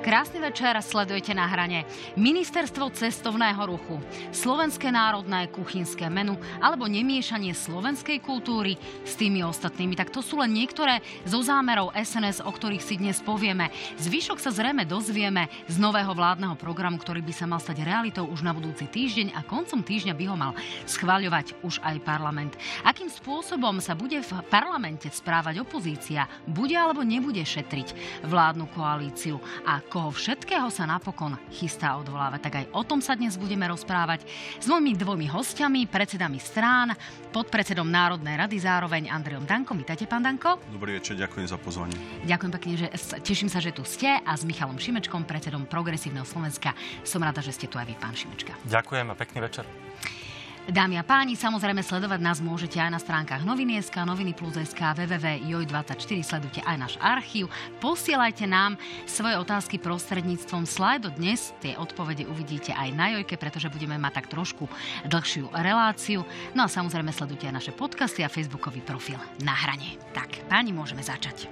Krásny večer, sledujete Na hrane. Ministerstvo cestovného ruchu, slovenské národné kuchynské menu alebo nemiešanie slovenskej kultúry s tými ostatnými. Tak to sú len niektoré zo zámerov SNS, o ktorých si dnes povieme. Zvyšok sa zrejme dozvieme z nového vládneho programu, ktorý by sa mal stať realitou už na budúci týždeň a koncom týždňa by ho mal schvaľovať už aj parlament. Akým spôsobom sa bude v parlamente správať opozícia? Bude alebo nebude šetriť vládnu koalíciu? A koho všetkého sa napokon chystá odvolávať? Tak aj o tom sa dnes budeme rozprávať s mojimi dvomi hostiami, predsedami strán, podpredsedom Národnej rady zároveň Andrejom Dankom. Vítajte, pán Danko. Dobrý večer, ďakujem za pozvanie. Ďakujem pekne, teším sa, že tu ste, a s Michalom Šimečkom, predsedom Progresívneho Slovenska. Som rada, že ste tu aj vy, pán Šimečka. Ďakujem a pekný večer. Dámy a páni, samozrejme sledovať nás môžete aj na stránkach Noviny.sk, Noviny+.sk, www.joj24, sledujte aj náš archív. Posielajte nám svoje otázky prostredníctvom slajdu. Dnes tie odpovede uvidíte aj na Jojke, pretože budeme mať tak trošku dlhšiu reláciu. No a samozrejme sledujte aj naše podcasty a facebookový profil Na hrane. Tak, páni, môžeme začať.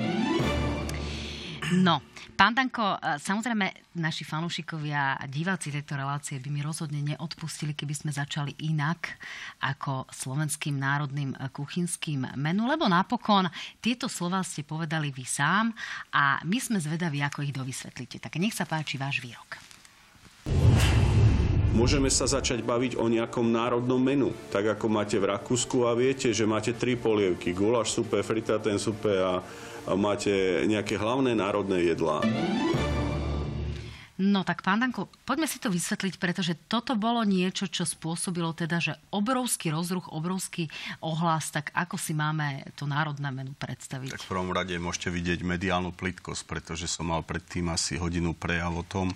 No, pán Danko, samozrejme naši fanúšikovia a diváci tejto relácie by mi rozhodne neodpustili, keby sme začali inak ako slovenským národným kuchynským menu, lebo napokon tieto slová ste povedali vy sám a my sme zvedaví, ako ich dovysvetlíte. Tak nech sa páči váš výrok. Môžeme sa začať baviť o nejakom národnom menu, tak ako máte v Rakúsku a viete, že máte 3 polievky, guláš supe, fritáten supe a máte nejaké hlavné národné jedlá. No tak, pán Danko, poďme si to vysvetliť, pretože toto bolo niečo, čo spôsobilo teda, že obrovský rozruch, obrovský ohlas, tak ako si máme to národné menu predstaviť? Tak v prvom rade môžete vidieť mediálnu plytkosť, pretože som mal predtým asi hodinu prejav o tom,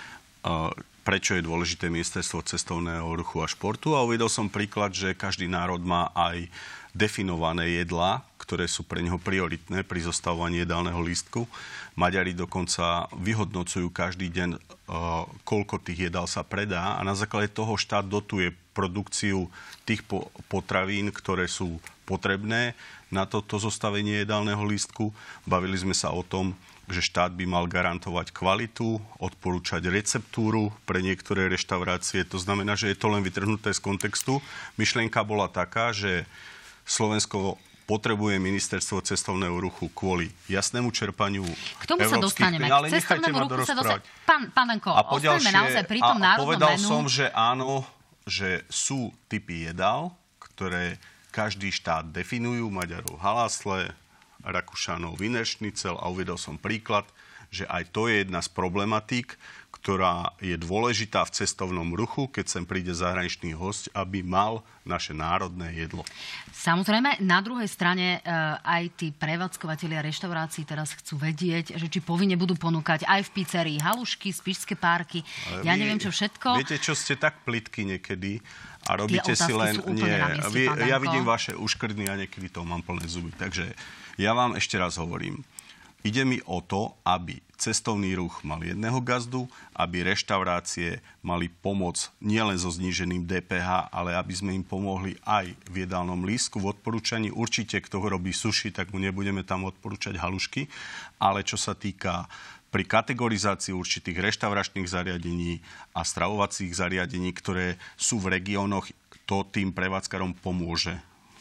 prečo je dôležité ministerstvo cestovného ruchu a športu, a uvedol som príklad, že každý národ má aj definované jedlá, ktoré sú pre neho prioritné pri zostavovaní jedálneho lístku. Maďari dokonca vyhodnocujú každý deň, koľko tých jedál sa predá, a na základe toho štát dotuje produkciu tých potravín, ktoré sú potrebné na toto zostavenie jedálneho lístku. Bavili sme sa o tom, že štát by mal garantovať kvalitu, odporúčať receptúru pre niektoré reštaurácie. To znamená, že je to len vytrhnuté z kontextu. Myšlienka bola taká, že Slovensko potrebuje ministerstvo cestovného ruchu kvôli jasnému čerpaniu k tomu sa dostaneme. Ale nechajte ma dorozprávať. Pán Danko, ostaňme naozaj pri tom národnom povedal menu. som, že áno, že sú typy jedál, ktoré každý štát definujú. Maďarov halasle, Rakúšanov Wiener Schnitzel, a uvedol som príklad, že aj to je jedna z problematík, ktorá je dôležitá v cestovnom ruchu, keď sem príde zahraničný hosť, aby mal naše národné jedlo. Samozrejme, na druhej strane aj tí prevádzkovatelia reštaurácií teraz chcú vedieť, že či povinne budú ponúkať aj v pizzerii halušky, spišské párky, ja neviem čo všetko. Viete, čo ste tak plitky niekedy a robíte si len... Ja vidím vaše uškrtny a niekedy to mám plné zuby. Takže ja vám ešte raz hovorím. Ide mi o to, aby cestovný ruch mal jedného gazdu, aby reštaurácie mali pomoc nielen so zníženým DPH, ale aby sme im pomohli aj v jedálnom lístku. V odporúčaní určite, kto robí sushi, tak mu nebudeme tam odporúčať halušky. Ale čo sa týka pri kategorizácii určitých reštauračných zariadení a stravovacích zariadení, ktoré sú v regiónoch, to tým prevádzkarom pomôže.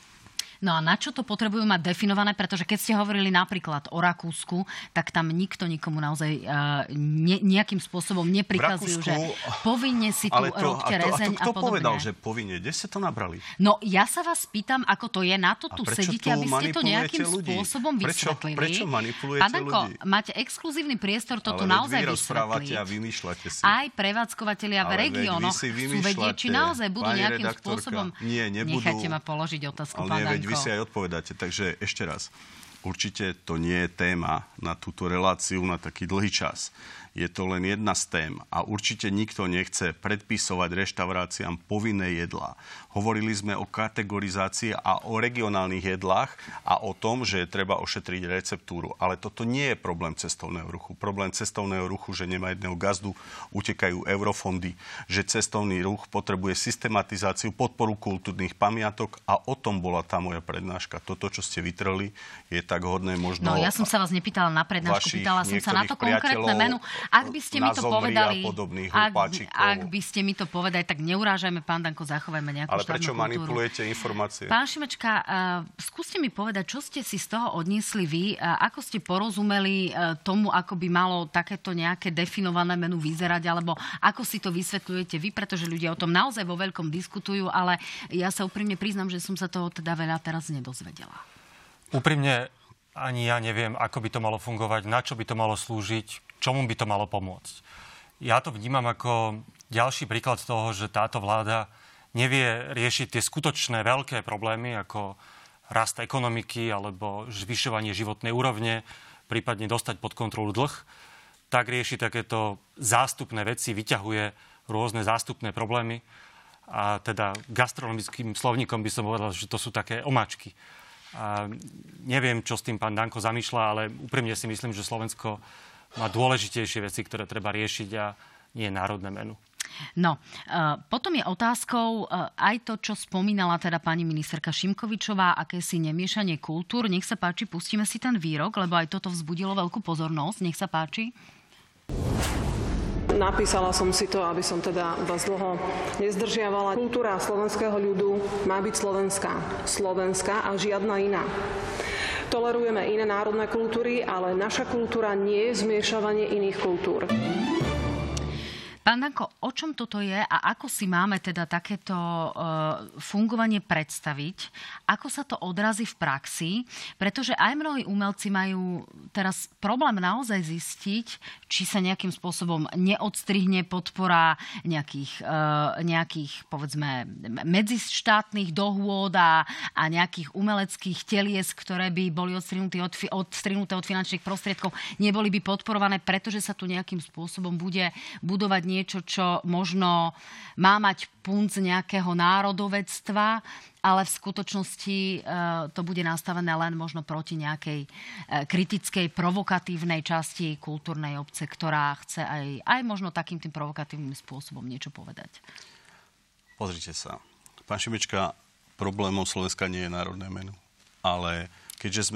No a na čo to potrebujú mať definované? Pretože keď ste hovorili napríklad o Rakúsku, tak tam nikto nikomu naozaj nejakým spôsobom neprikazujú, že povinne si tu robte rezeň a podobne. Kto povedal, že povinne? Kde ste to nabrali? No ja sa vás pýtam, ako to je. Na to tu sedíte, aby ste to nejakým spôsobom vysvetlili. Prečo manipulujete Pán Danko, ľudí? máte exkluzívny priestor to tu naozaj vysvetliť. A vymýšľate si. Aj prevádzkovatelia v regiónoch chcú vedieť, či naozaj budú nejakým spôsobom... Nie, nebudú. Nechajte ma položiť otázku, pán Danko. Vy si aj odpovedáte. Takže ešte raz. Určite to nie je téma na túto reláciu na taký dlhý čas. Je to len jedna z tém a určite nikto nechce predpisovať reštauráciám povinné jedlá. Hovorili sme o kategorizácii a o regionálnych jedlách a o tom, že je treba ošetriť receptúru. Ale toto nie je problém cestovného ruchu. Problém cestovného ruchu, že nemá jedného gazdu, utekajú eurofondy, že cestovný ruch potrebuje systematizáciu, podporu kultúrnych pamiatok a o tom bola tá moja prednáška. Toto, čo ste vytrhli, je tak hodné možno... No, ja som sa vás nepýtala na prednášku, pýtala som sa na to konkrétne menu. Ak by ste mi to povedali, ak by ste mi to povedali, tak neurážajme, pán Danko, zachovajme nejakú štátnu kultúru. Ale prečo manipulujete informácie? Pán Šimečka, skúste mi povedať, čo ste si z toho odniesli vy, ako ste porozumeli tomu, ako by malo takéto nejaké definované menu vyzerať, alebo ako si to vysvetľujete vy, pretože ľudia o tom naozaj vo veľkom diskutujú, ale ja sa úprimne priznám, že som sa toho teda veľa teraz nedozvedela. Úprimne ani ja neviem, ako by to malo fungovať, na čo by to malo slúžiť, čomu by to malo pomôcť. Ja to vnímam ako ďalší príklad toho, že táto vláda nevie riešiť tie skutočné veľké problémy, ako rast ekonomiky alebo zvyšovanie životnej úrovne, prípadne dostať pod kontrolu dlh, tak rieši takéto zástupné veci, vyťahuje rôzne zástupné problémy. A teda gastronomickým slovníkom by som povedal, že to sú také omáčky. A neviem, čo s tým pán Danko zamýšľa, ale úprimne si myslím, že Slovensko má dôležitejšie veci, ktoré treba riešiť a nie národné menu. No, potom je otázkou aj to, čo spomínala teda pani ministerka Šimkovičová, akési nemiešanie kultúr. Nech sa páči, pustíme si ten výrok, lebo aj toto vzbudilo veľkú pozornosť. Nech sa páči. Napísala som si to, aby som teda vás dlho nezdržiavala. Kultúra slovenského ľudu má byť slovenská a žiadna iná. Tolerujeme iné národné kultúry, ale naša kultúra nie je zmiešavanie iných kultúr. Pán Danko, o čom toto je a ako si máme teda takéto fungovanie predstaviť? Ako sa to odrazí v praxi? Pretože aj mnohí umelci majú teraz problém naozaj zistiť, či sa nejakým spôsobom neodstrihne podpora nejakých povedzme, medzištátnych dohôd a nejakých umeleckých telies, ktoré by boli odstrihnuté od finančných prostriedkov, neboli by podporované, pretože sa tu nejakým spôsobom bude budovať niečo, čo možno má mať punc nejakého národovectva, ale v skutočnosti to bude nastavené len možno proti nejakej kritickej, provokatívnej časti kultúrnej obce, ktorá chce aj možno takým tým provokatívnym spôsobom niečo povedať. Pozrite sa. Pán Šimečka, problémom Slovenska nie je národné menu, ale keďže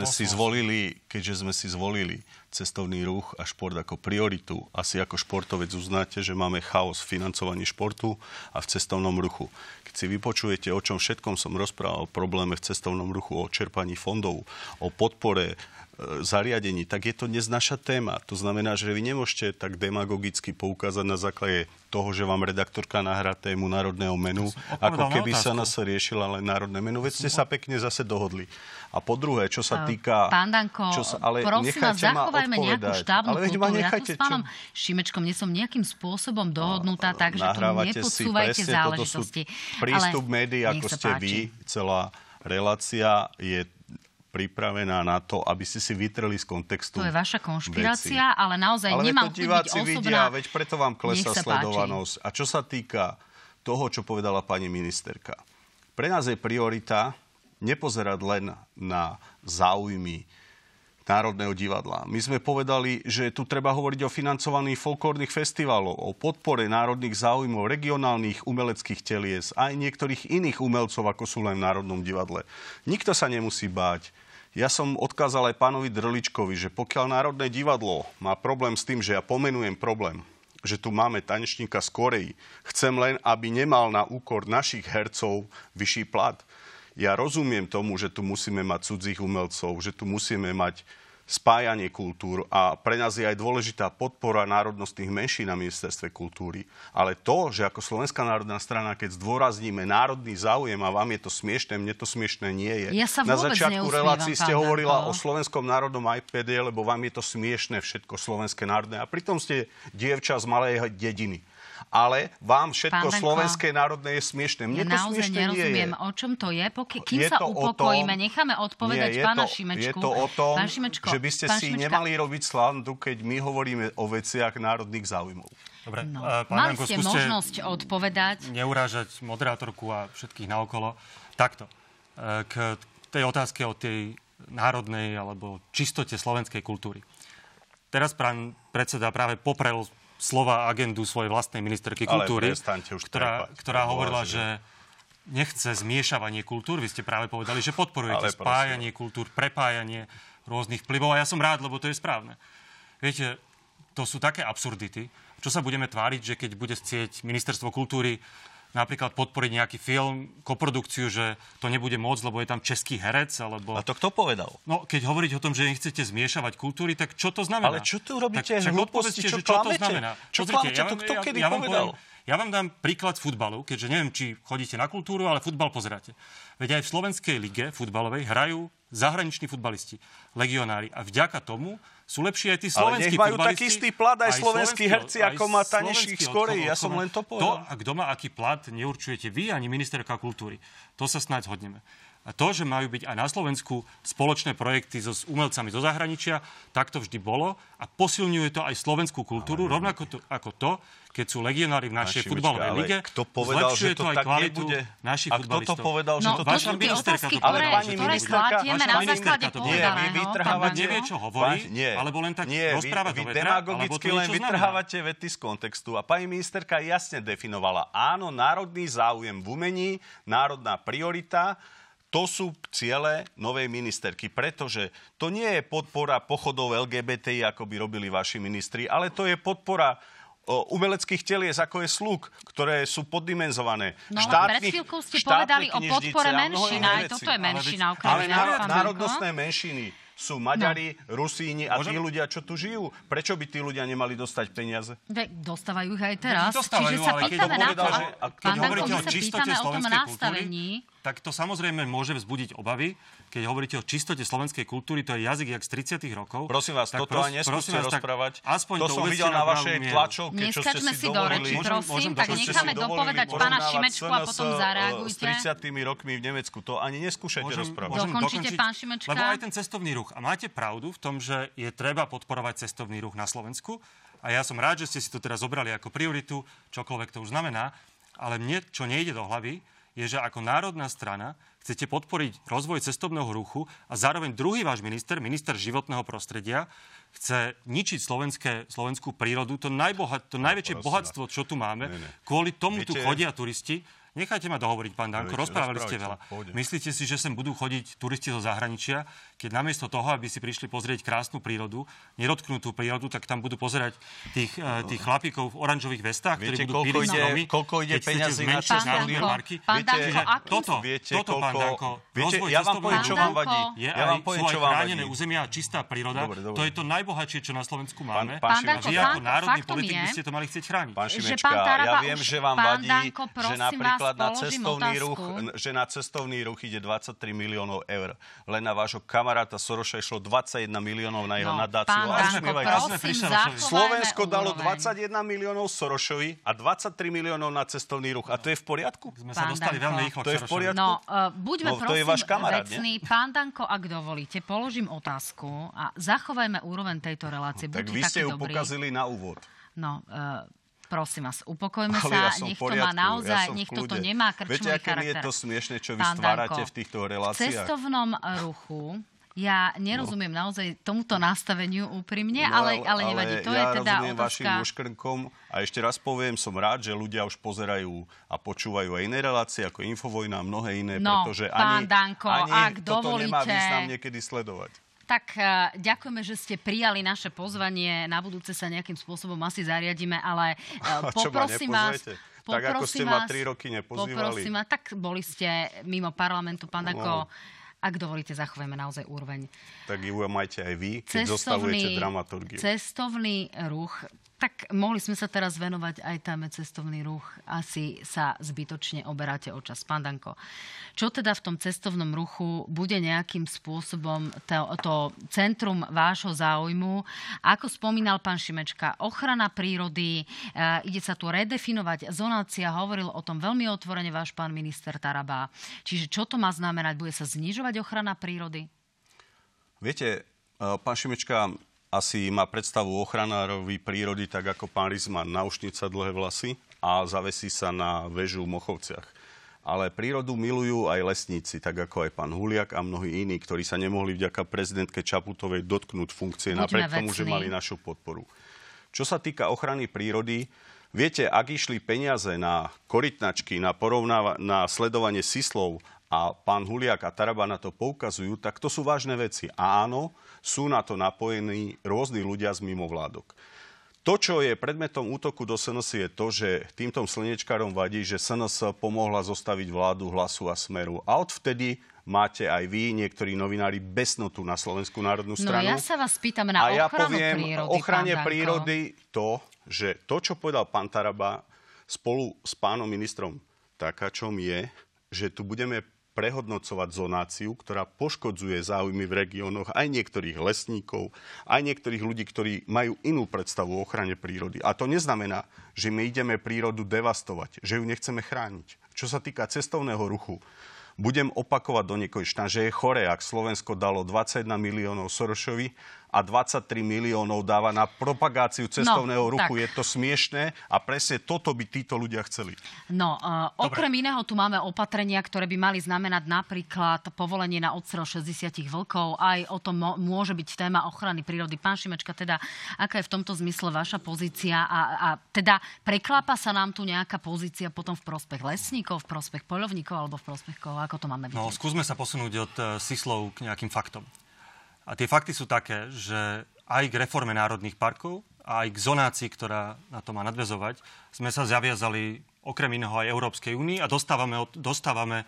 sme si zvolili cestovný ruch a šport ako prioritu, asi ako športovec uznáte, že máme chaos v financovaní športu a v cestovnom ruchu. Keď si vypočujete, o čom všetkom som rozprával, o probléme v cestovnom ruchu, o čerpaní fondov, o podpore zariadení, tak je to dnes naša téma. To znamená, že vy nemôžete tak demagogicky poukázať na základe toho, že vám redaktorka nahrá tému národného menu, ako keby sa nás riešila len národné menu. Veď ste sa pekne zase dohodli. A po druhé, čo sa týka... Pán Danko, prosím vás, zachovajme nejakú štábnu kultúru. Ja tu s pánom Šimečkom nie som nejakým spôsobom dohodnutá, takže tu nepodsúvajte záležitosti. Prístup médií, ako ste vy, celá relácia je pripravená na to, aby ste si vytreli z kontextu. To je vaša konšpirácia, ale naozaj nemám chuť byť osobná. Vidia, veď preto vám klesá sledovanosť. A čo sa týka toho, čo povedala pani ministerka. Pre nás je priorita nepozerať len na záujmy Národného divadla. My sme povedali, že tu treba hovoriť o financovaní folklórnych festivalov, o podpore národných záujmov, regionálnych umeleckých telies, aj niektorých iných umelcov, ako sú len v Národnom divadle. Nikto sa nemusí báť. Ja som odkázal aj pánovi Drličkovi, že pokiaľ Národné divadlo má problém s tým, že ja pomenujem problém, že tu máme tanečníka z Korei, chcem len, aby nemal na úkor našich hercov vyšší plat. Ja rozumiem tomu, že tu musíme mať cudzích umelcov, že tu musíme mať spájanie kultúr a pre nás je aj dôležitá podpora národnostných menšín na ministerstve kultúry. Ale to, že ako Slovenská národná strana, keď zdôrazníme národný záujem a vám je to smiešné, mne to smiešné nie je. Ja sa na začiatku relácii ste hovorila o slovenskom národnom iPade, lebo vám je to smiešné všetko slovenské národné. A pritom ste dievča z malej dediny. Ale vám všetko slovenské národné je smiešné. Mne to smiešné nie je. Ja nerozumiem, o čom to je. Kým sa upokojíme, necháme odpovedať pána Šimečku. Je to o tom, že by ste si nemali robiť slandu, keď my hovoríme o veciach národných záujmov. Dobre, mali ste možnosť odpovedať. Neurážať moderátorku a všetkých naokolo. Takto. K tej otázke o tej národnej alebo čistote slovenskej kultúry. Teraz pán predseda práve poprel slova agendu svojej vlastnej ministerky kultúry, ktorá hovorila, že nechce zmiešavanie kultúr. Vy ste práve povedali, že podporujete spájanie kultúr, prepájanie rôznych vplyvov. A ja som rád, lebo to je správne. Viete, to sú také absurdity. Čo sa budeme tváriť, že keď bude chcieť Ministerstvo kultúry napríklad podporiť nejaký film, koprodukciu, že to nebude môcť, lebo je tam český herec, alebo... A to kto povedal? No, keď hovoriť o tom, že nechcete zmiešavať kultúry, tak čo to znamená? Ale čo tu robíte hlúposti, čo klamete? Čo klamete? To kto kedy povedal? Ja vám dám príklad z futbalu, keďže neviem, či chodíte na kultúru, ale futbal pozeráte. Veď aj v slovenskej lige futbalovej hrajú zahraniční futbalisti, legionári. A vďaka tomu sú lepší aj tí slovenskí futbalisti. Ale nech majú taký istý plat aj slovenskí herci, ako má Tanešík z Korei. Ja som len to povedal. To, a kto má aký plat, neurčujete vy ani ministerka kultúry. To sa snáď zhodneme. A to, že majú byť aj na Slovensku spoločné projekty so umelcami zo zahraničia, tak to vždy bolo a posilňuje to aj slovenskú kultúru, rovnako ako to, keď sú legionári v našej futbalovej lige. Kto povedal, že to tak nebude? A kto to povedal, že to tak nebude? Vaša ministerka to povedala. Ale pani ministerka, vaša ministerka to povedala. Vy vytrhávate... nevie, čo hovorí, alebo len tak rozpráva do vetra. Vy demagogicky len vytrhávate vety z kontextu. A pani ministerka jasne definovala, áno, národný záujem v umení, národná priorita, to sú ciele novej ministerky, pretože to nie je podpora pochodov LGBTI, ako by robili vaši ministri, ale to je podpora umeleckých telies, ako je SLUK, ktoré sú poddimenzované. No ale pred chvíľkou ste povedali o podpore menšina, aj toto je menšina. Ale národnostné menšiny sú Maďari, Rusíni a tí ľudia, čo tu žijú. Prečo by tí ľudia nemali dostať peniaze? Dostávajú ich aj teraz. Dostávajú, čiže sa pýtame na to, keď hovoríte o čistote slovenskej nastavení, tak to samozrejme môže vzbudiť obavy. Keď hovoríte o čistote slovenskej kultúry, to je jazyk jak z 30. rokov. Prosím vás, toto aj neskúste rozprávať. Aspoň to som videl na vašej tlačovke, čo ste si dovolili. Prosím, tak necháme dopovedať pána Šimečku a potom zareagujte. S 30 rokmi v Nemecku. To ani neskúšajte rozprávať. Dokončite, pán Šimečka. Lebo aj ten cestovný ruch. A máte pravdu v tom, že je treba podporovať cestovný ruch na Slovensku. A ja som rád, že ste si to teraz zobrali ako prioritu, čokoľvek to už znamená. Ale mne, čo nejde do hlavy, je, že ako národná strana chcete podporiť rozvoj cestovného ruchu a zároveň druhý váš minister životného prostredia, chce ničiť slovenskú prírodu, to najväčšie bohatstvo, čo tu máme. Kvôli tomu tu chodia turisti. Nechajte ma dohovoriť, pán Danko, rozprávali ste veľa. Myslíte si, že sem budú chodiť turisti zo zahraničia, keď namiesto toho, aby si prišli pozrieť krásnu prírodu, nedotknutú prírodu, tak tam budú pozerať tých chlapíkov v oranžových vestách, ktorí budú píliť stromy. Koľko ide peňazí na cestovný ruch? Pán Danko, toto, pán Danko, rozvoj ja vám poviem, čo vám vadí. Ja vám poviem, čo vám vadí. Chránené územia a čistá príroda, to je to najbohatšie, čo na Slovensku máme. Pán Danko, vy ako národný politik by ste to mali chcieť chrániť. Pán Šimečka, ja viem, že vám vadí, že napríklad na cestovný ruch ide 23 miliónov eur. Len na vášho kamaráta Soroša išlo 21 miliónov na jeho nadáciu. Slovensko dalo 21 miliónov Sorošovi a 23 miliónov na cestovný ruch. A to je v poriadku? Sme sa dostali veľmi rýchlo. To je v poriadku? No, buďme prosím vecní. Pán Danko, ak dovolíte, položím otázku a zachovajme úroveň tejto relácie. Tak vy ste ju pokazili na úvod. No, prosím vás, upokojme sa, nech to má naozaj, nech toto nemá krčmový charakter. Viete, aké je to smiešne, čo vy stvárate v týchto reláciách? V cestovnom ruchu ja nerozumiem naozaj tomuto nastaveniu úprimne, ale nevadí. To je teda ja rozumiem vašim uškrnkom a ešte raz poviem, som rád, že ľudia už pozerajú a počúvajú aj iné relácie ako Infovojna a mnohé iné, pretože pán Danko, ani toto nemá význam niekedy sledovať. Tak ďakujeme, že ste prijali naše pozvanie. Na budúce sa nejakým spôsobom asi zariadíme, ale poprosím vás... Tak ako ste ma 3 roky nepozývali. Poprosím vás, tak boli ste mimo parlamentu, pán Danko. Ak dovolíte, zachovajme naozaj úroveň. Tak ju majte aj vy, keď zostavujete dramaturgiu. Cestovný ruch. Tak mohli sme sa teraz venovať aj téme cestovný ruch. Asi sa zbytočne oberáte o čas. Pán Danko, čo teda v tom cestovnom ruchu bude nejakým spôsobom to centrum vášho záujmu? Ako spomínal pán Šimečka, ochrana prírody, ide sa tu redefinovať zonácia, hovoril o tom veľmi otvorene váš pán minister Taraba. Čiže čo to má znamenať? Bude sa znižovať ochrana prírody? Viete, pán Šimečka asi má predstavu ochranárovi prírody, tak ako pán Rizman, naušnica dlhé vlasy a zavesí sa na väžu v Mochovciach. Ale prírodu milujú aj lesníci, tak ako aj pán Huliak a mnohí iní, ktorí sa nemohli vďaka prezidentke Čaputovej dotknúť funkcie napriek tomu, že mali našu podporu. Čo sa týka ochrany prírody, viete, ak išli peniaze na korytnačky, na sledovanie sislov a pán Huliak a Taraba na to poukazujú, tak to sú vážne veci. A áno, sú na to napojení rôzni ľudia z mimovládok. To, čo je predmetom útoku do SNS, je to, že týmto slnečkárom vadí, že SNS pomohla zostaviť vládu Hlasu a Smeru. A odvtedy máte aj vy, niektorí novinári, besnotu na Slovenskú národnú stranu. No ja sa vás pýtam na ochranu prírody. O ochrane prírody to, že to, čo povedal pán Taraba spolu s pánom ministrom Takáčom je, že tu budeme prehodnocovať zonáciu, ktorá poškodzuje záujmy v regiónoch aj niektorých lesníkov, aj niektorých ľudí, ktorí majú inú predstavu o ochrane prírody. A to neznamená, že my ideme prírodu devastovať, že ju nechceme chrániť. Čo sa týka cestovného ruchu, budem opakovať do nekonečna, že je choré, ak Slovensko dalo 21 miliónov Sorošovi a 23 miliónov dáva na propagáciu cestovného ruchu. Tak. Je to smiešné a presne toto by títo ľudia chceli. No, okrem iného tu máme opatrenia, ktoré by mali znamenať napríklad povolenie na odstrel 60 vlkov. Aj o tom môže byť téma ochrany prírody. Pán Šimečka, teda, aká je v tomto zmysle vaša pozícia? A teda preklápa sa nám tu nejaká pozícia potom v prospech lesníkov, v prospech poľovníkov alebo v prospech koho? Ako to máme vidieť? No, skúsme sa posunúť od sislov k nejakým faktom. A tie fakty sú také, že aj k reforme národných parkov a aj k zonácii, ktorá na to má nadväzovať, sme sa zaviazali okrem iného aj Európskej únii a dostávame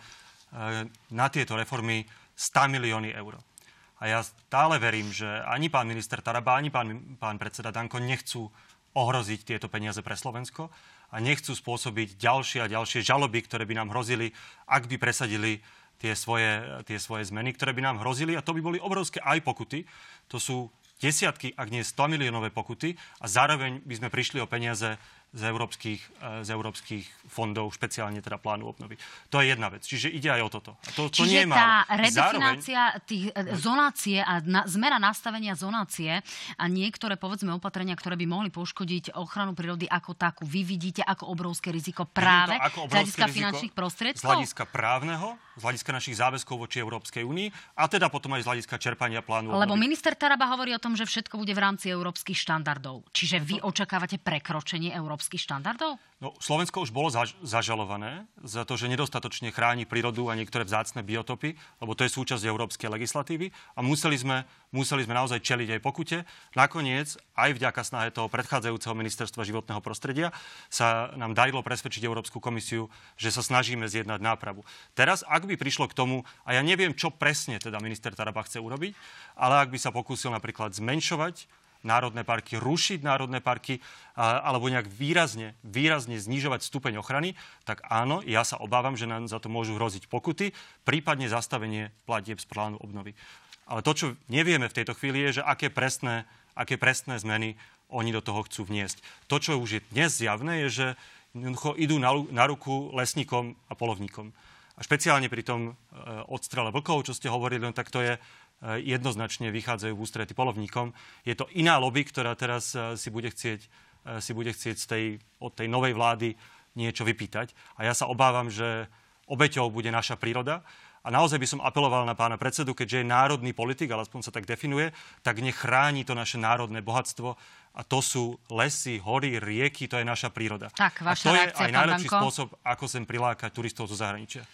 na tieto reformy 100 milióny eur. A ja stále verím, že ani pán minister Taraba, ani pán predseda Danko nechcú ohroziť tieto peniaze pre Slovensko a nechcú spôsobiť ďalšie a ďalšie žaloby, ktoré by nám hrozili, ak by presadili tie svoje zmeny, ktoré by nám hrozili, a to by boli obrovské aj pokuty. To sú desiatky, ak nie 100 miliónové pokuty a zároveň by sme prišli o peniaze z európskych fondov, špeciálne teda plánu obnovy. To je jedna vec. Čiže ide aj o toto. To nie je málo. Čiže tá redefinácia zonácie a zmena nastavenia zonácie a niektoré, povedzme, opatrenia, ktoré by mohli poškodiť ochranu prírody ako takú, vy vidíte ako obrovské riziko práve z hľadiska finančných prostriedkov? Z hľadiska právneho, z hľadiska našich záväzkov voči Európskej únii a teda potom aj z hľadiska čerpania plánu obnovy. Lebo minister Taraba hovorí o tom, že všetko bude v rámci európskych štandardov. Čiže vy očakávate prekročenie európskych štandardov? No, Slovensko už bolo zažalované za to, že nedostatočne chráni prírodu a niektoré vzácne biotopy, lebo to je súčasť európskej legislatívy a museli sme naozaj čeliť aj pokute. Nakoniec, aj vďaka snahe toho predchádzajúceho ministerstva životného prostredia, sa nám darilo presvedčiť Európsku komisiu, že sa snažíme zjednať nápravu. Teraz, ak by prišlo k tomu, a ja neviem, čo presne teda minister Taraba chce urobiť, ale ak by sa pokúsil napríklad zmenšovať národné parky, rušiť národné parky alebo nejak výrazne znižovať stupeň ochrany, tak áno, ja sa obávam, že nám za to môžu hroziť pokuty, prípadne zastavenie platieb z plánu obnovy. Ale to, čo nevieme v tejto chvíli, je, že aké presné zmeny oni do toho chcú vniesť. To, čo už je dnes zjavné, je, že idú na ruku lesníkom a poľovníkom. A špeciálne pri tom odstrele vlkov, čo ste hovorili, no, tak to je jednoznačne vychádzajú v ústrety poľovníkom. Je to iná lobby, ktorá teraz si bude chcieť od tej novej vlády niečo vypýtať. A ja sa obávam, že obeťou bude naša príroda. A naozaj by som apeloval na pána predsedu, keďže je národný politik, ale aspoň sa tak definuje, tak nech chráni to naše národné bohatstvo. A to sú lesy, hory, rieky, to je naša príroda. Tak, vaša reakcia, pán Danko. A to je aj najlepší spôsob, ako sem prilákať turistov zo zahraničia.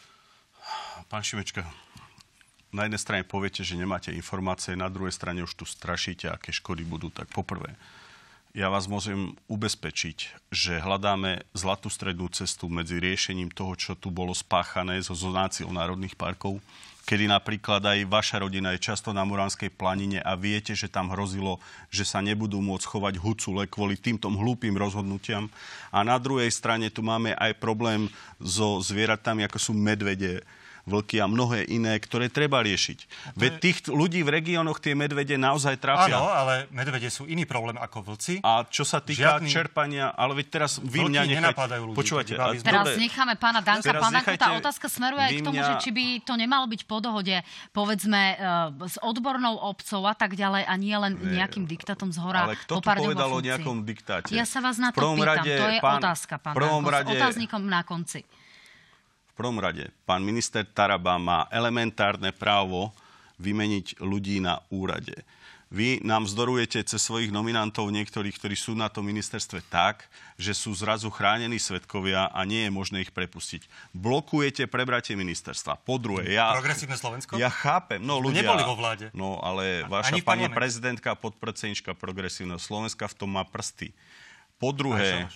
Pán Šimečka, na jednej strane poviete, že nemáte informácie, na druhej strane už tu strašíte, aké škody budú. Tak poprvé, ja vás môžem ubezpečiť, že hľadáme zlatú strednú cestu medzi riešením toho, čo tu bolo spáchané so zonáciou národných parkov, kedy napríklad aj vaša rodina je často na Muránskej planine a viete, že tam hrozilo, že sa nebudú môcť chovať hucule kvôli týmto hlúpym rozhodnutiam. A na druhej strane tu máme aj problém so zvieratami, ako sú medvede, vlky a mnohé iné, ktoré treba riešiť. Veď tých ľudí v regiónoch tie medvede naozaj trápia. Áno, ale medvede sú iný problém ako vlci. A čo sa týka čerpania, ale veď teraz vy mňa nenapadajú ľudí. Počúvate. Teraz necháme pána Danka. Pán Danko, tá otázka smeruje aj k tomu, že či by to nemalo byť po dohode, povedzme, s odbornou obcou a tak ďalej a nie len nejakým diktátom zhora. Ale kto tu povedal o nejakom diktáte? Ja sa vás na to pýtam. To je otázka, pán Danko. S otáznikom na konci. V prvom rade, pán minister Taraba má elementárne právo vymeniť ľudí na úrade. Vy nám vzdorujete cez svojich nominantov niektorých, ktorí sú na tom ministerstve tak, že sú zrazu chránení svedkovia a nie je možné ich prepustiť. Blokujete prebratie ministerstva. Po druhé, Progresívne Slovensko? Ja chápem. No, ľudia, neboli vo vláde. No, ale vaša pani prezidentka, podpredsednička Progresívneho Slovenska v tom má prsty. Po druhé,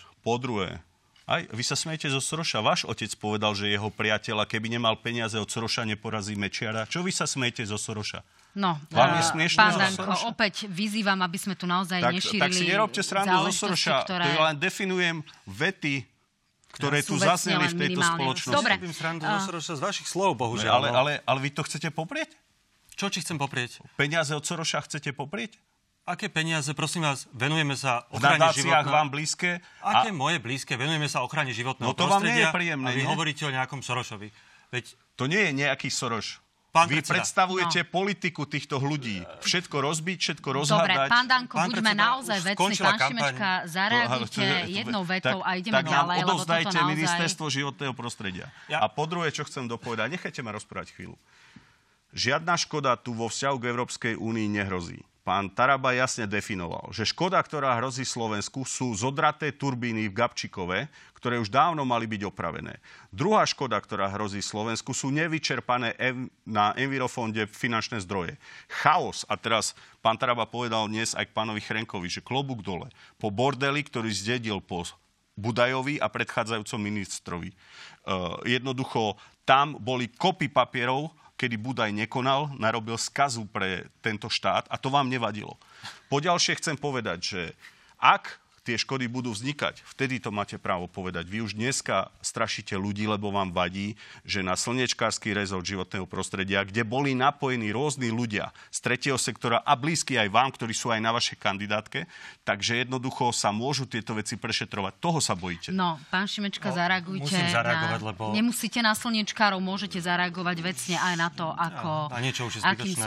aj vy sa smejete zo Soroša. Váš otec povedal, že jeho priateľ, keby nemal peniaze od Soroša, neporazí Mečiara. Čo vy sa smejete zo Soroša? No, vám je smiešné pán zo Danko, Soroša? opäť vyzývam, aby sme tu naozaj nešírili tak si nerobte srandu zo Soroša. ktoré... To len definujem vety, ktoré tu zazneli v tejto spoločnosti. Dobre. Robím srandu zo Soroša z vašich slov, bohužiaľ. Ale vy to chcete poprieť? Čo či chcem poprieť? Peniaze od Soroša chcete poprieť? Aké peniaze, prosím vás, venujeme sa ochrane životného... vám blízke? Aké moje blízke? Venujeme sa ochrane životného prostredia. No to vám nie je príjemné, a vy hovoríte o nejakom Sorošovi. Veď... To nie je nejaký Soroš. Vy predstavujete politiku týchto ľudí. Všetko rozbiť, všetko rozhádať. Dobre, pán Danko, buďme naozaj vecní. Pán Šimečka, zareagujte jednou vetou a ideme ďalej, lebo toto naozaj... Tak ministerstvo životného prostredia. A po druhé, čo chcem dopovedať, nechajte ma rozprávať chvíľu. Žiadna škoda tu vo vzťahu k Európskej únii nehrozí. Pán Taraba jasne definoval, že škoda, ktorá hrozí Slovensku, sú zodraté turbíny v Gabčíkove, ktoré už dávno mali byť opravené. Druhá škoda, ktorá hrozí Slovensku, sú nevyčerpané na Envirofonde finančné zdroje. Chaos, a teraz pán Taraba povedal dnes aj k pánovi Chrenkovi, že klobúk dole, po bordeli, ktorý zdedil po Budajovi a predchádzajúcom ministrovi. Jednoducho, tam boli kopy papierov, kedy Budaj nekonal, narobil skazu pre tento štát a to vám nevadilo. Poďalšie chcem povedať, že ak tie škody budú vznikať, vtedy to máte právo povedať. Vy už dneska strašíte ľudí, lebo vám vadí, že na slniečkársky rezort životného prostredia, kde boli napojení rôzni ľudia z tretieho sektora a blízky aj vám, ktorí sú aj na vašej kandidátke, takže jednoducho sa môžu tieto veci prešetrovať. Toho sa bojíte. No, pán Šimečka, zareagujte. Musím zareagovať, lebo... Nemusíte na slniečkárov, môžete zareagovať vecne aj na to, ako... A niečo už je zbytočné.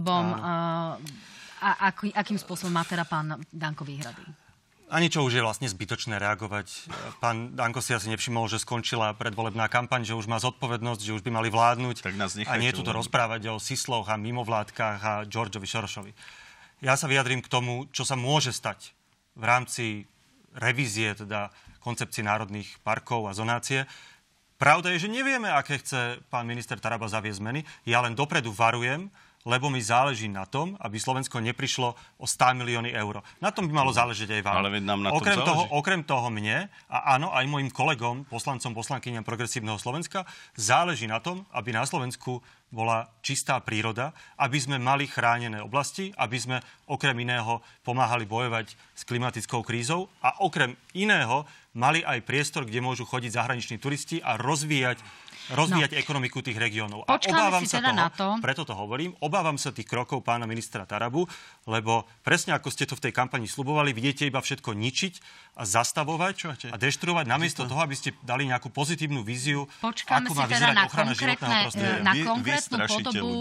Akým spôsobom má teda pán Danko výhrady? Ani čo už je vlastne zbytočné reagovať. Pán Danko si asi nevšimol, že skončila predvolebná kampaň, že už má zodpovednosť, že už by mali vládnuť. Tak nás a nie tu to rozprávať o Sisloch a mimovládkach a Georgeovi Sorošovi. Ja sa vyjadrím k tomu, čo sa môže stať v rámci revízie, teda koncepcie národných parkov a zonácie. Pravda je, že nevieme, aké chce pán minister Taraba zaviesť zmeny. Ja len dopredu varujem, lebo mi záleží na tom, aby Slovensko neprišlo o 100 milióny eur. Na tom by malo záležať aj vám. Ale nám na tom záleží. Okrem toho mne, a áno, aj mojim kolegom, poslancom, poslankyňam Progresívneho Slovenska, záleží na tom, aby na Slovensku bola čistá príroda, aby sme mali chránené oblasti, aby sme okrem iného pomáhali bojovať s klimatickou krízou a okrem iného mali aj priestor, kde môžu chodiť zahraniční turisti a rozvíjať ekonomiku tých regiónov. A obávam sa teda toho, preto to hovorím, obávam sa tých krokov pána ministra Tarabu, lebo presne ako ste to v tej kampani sľubovali, vidíte iba všetko ničiť a zastavovať a deštruovať, namiesto toho, aby ste dali nejakú pozitívnu víziu, ako má vyzerať ochrana životného prostredia. Na konkrétnu podobu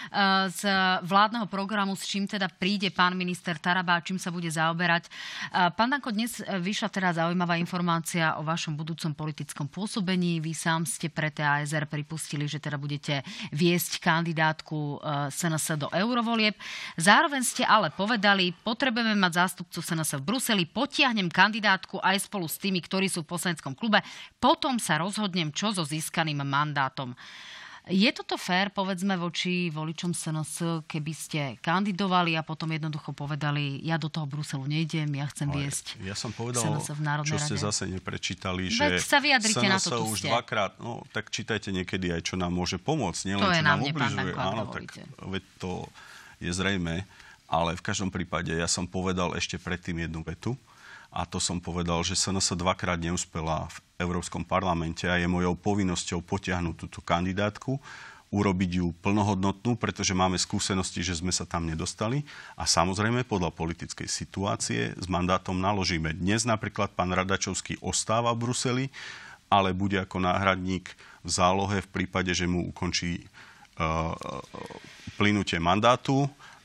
z vládneho programu, s čím teda príde pán minister Taraba a čím sa bude zaoberať. Pán Danko, dnes vyšla teda zaujímavá informácia o vašom budúcom politickom pôsobení. Vy sám ste pre TASR pripustili, že teda budete viesť kandidátku SNS do eurovolieb. Zároveň ste ale povedali, potrebujeme mať zástupcu SNS v Bruseli, potiahnem kandidátku aj spolu s tými, ktorí sú v poslaneckom klube, potom sa rozhodnem, čo so získaným mandátom. Je toto fér, povedzme, voči voličom SNS, keby ste kandidovali a potom jednoducho povedali, ja do toho Bruselu nejdem, ja chcem viesť ja som povedal, SNS v Národnej čo ste rade. zase neprečítali, veď že sa vyjadrite na to, už dvakrát, no tak čítajte niekedy aj, čo nám môže pomôcť, nielen to čo nám ubližuje. Áno, tak veď to je zrejme, ale v každom prípade ja som povedal ešte predtým jednu vetu, a to som povedal, že SNS dvakrát neúspela v Európskom parlamente a je mojou povinnosťou potiahnuť túto kandidátku, urobiť ju plnohodnotnú, pretože máme skúsenosti, že sme sa tam nedostali a samozrejme podľa politickej situácie s mandátom naložíme. Dnes napríklad pán Radačovský ostáva v Bruseli, ale bude ako náhradník v zálohe v prípade, že mu ukončí plynutie mandátu.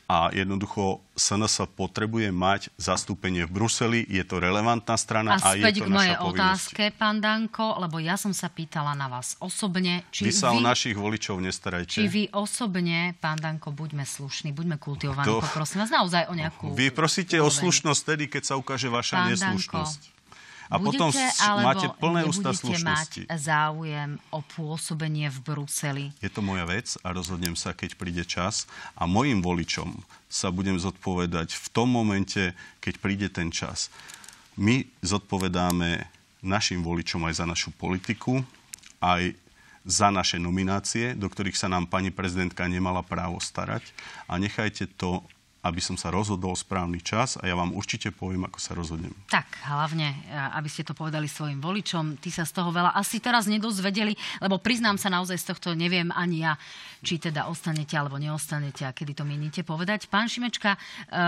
A jednoducho SNS potrebuje mať zastúpenie v Bruseli, je to relevantná strana a je to naša povinnosť. A späť k mojej otázke, pán Danko, lebo ja som sa pýtala na vás osobne. Vy sa o našich voličov nestarajte. Či vy osobne, pán Danko, buďme slušní, buďme kultivovaní, poprosím vás naozaj o nejakú... Vy prosíte o slušnosť tedy, keď sa ukáže vaša neslušnosť. A potom máte plné ústa slušnosti. Mať záujem o pôsobenie v Bruseli? Je to moja vec a rozhodnem sa, keď príde čas. A mojim voličom sa budem zodpovedať v tom momente, keď príde ten čas. My zodpovedáme našim voličom aj za našu politiku, aj za naše nominácie, do ktorých sa nám pani prezidentka nemala právo starať. A nechajte to, aby som sa rozhodol správny čas a ja vám určite poviem, ako sa rozhodnem. Tak, hlavne, aby ste to povedali svojim voličom. Ty sa z toho veľa asi teraz nedozvedeli, lebo priznám sa naozaj z tohto, neviem ani ja, či teda ostanete alebo neostanete a kedy to mienite povedať. Pán Šimečka,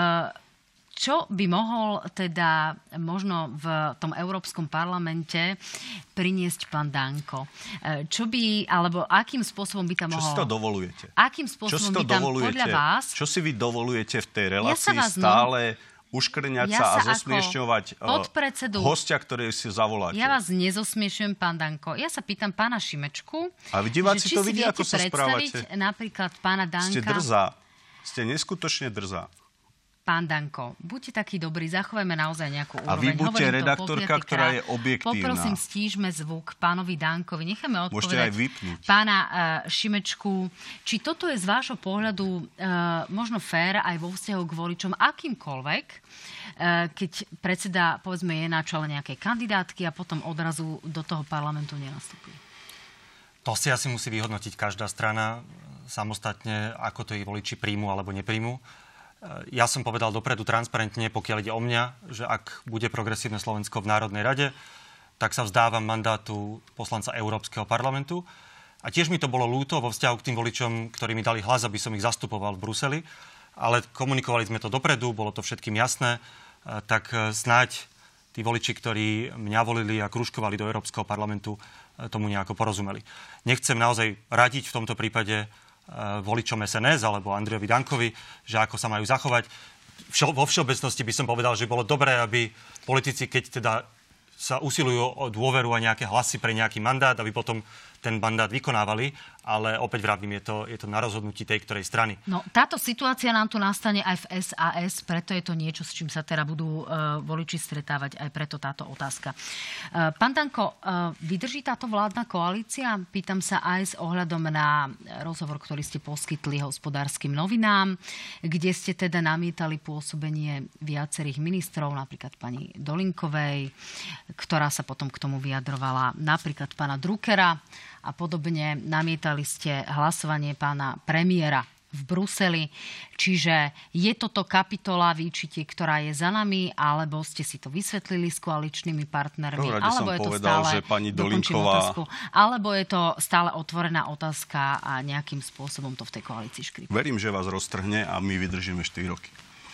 čo by mohol teda možno v tom Európskom parlamente priniesť pán Danko? Čo by, alebo akým spôsobom by tam mohol... Čo si to dovolujete? Akým spôsobom by tam podľa vás... Čo si vy dovolujete v tej relácii stále uškrňať sa a zosmiešňovať hostia, ktorý si zavoláte? Ja vás nezosmiešujem, pán Danko. Ja sa pýtam pána Šimečku, a diváci to vidia, ako sa správate. Napríklad pána Danka... Ste drzá. Ste neskutočne drzá. Pán Danko, buďte taký dobrý, zachovajme naozaj nejakú úroveň. A vy buďte redaktorka, ktorá je objektívna. Poprosím, stížme zvuk pánovi Dankovi. Necháme odpovedať môžete aj vypnúť pána Šimečku. Či toto je z vášho pohľadu možno fér aj vo vzťahu k voličom akýmkoľvek, keď predseda, povedzme, je na čele nejakej kandidátky a potom odrazu do toho parlamentu nenastupí? To si asi musí vyhodnotiť každá strana samostatne, ako to ich voliči príjmu alebo nepríjmu. Ja som povedal dopredu transparentne, pokiaľ ide o mňa, že ak bude Progresívne Slovensko v Národnej rade, tak sa vzdávam mandátu poslanca Európskeho parlamentu. A tiež mi to bolo ľúto vo vzťahu k tým voličom, ktorí mi dali hlas, aby som ich zastupoval v Bruseli. Ale komunikovali sme to dopredu, bolo to všetkým jasné. Tak snáď tí voliči, ktorí mňa volili a kružkovali do Európskeho parlamentu, tomu nejako porozumeli. Nechcem naozaj radiť v tomto prípade voličom SNS alebo Andrejovi Dankovi, že ako sa majú zachovať. Vo všeobecnosti by som povedal, že bolo dobré, aby politici, keď teda sa usilujú o dôveru a nejaké hlasy pre nejaký mandát, aby potom ten mandát vykonávali, ale opäť vravím, je to na rozhodnutí tej ktorej strany. No, táto situácia nám tu nastane aj v SAS, preto je to niečo, s čím sa teda budú voliči stretávať, aj preto táto otázka. Pán Danko, vydrží táto vládna koalícia? Pýtam sa aj s ohľadom na rozhovor, ktorý ste poskytli Hospodárskym novinám, kde ste teda namietali pôsobenie viacerých ministrov, napríklad pani Dolinkovej, ktorá sa potom k tomu vyjadrovala, napríklad pána Druckera, a podobne. Namietali ste hlasovanie pána premiéra v Bruseli. Čiže je toto kapitola výčitie, ktorá je za nami, alebo ste si to vysvetlili s koaličnými partnermi, alebo je to povedal, stále, že pani Dolinková... alebo je to stále otvorená otázka a nejakým spôsobom to v tej koalícii škrípe? Verím, že vás roztrhne a my vydržíme 4 roky.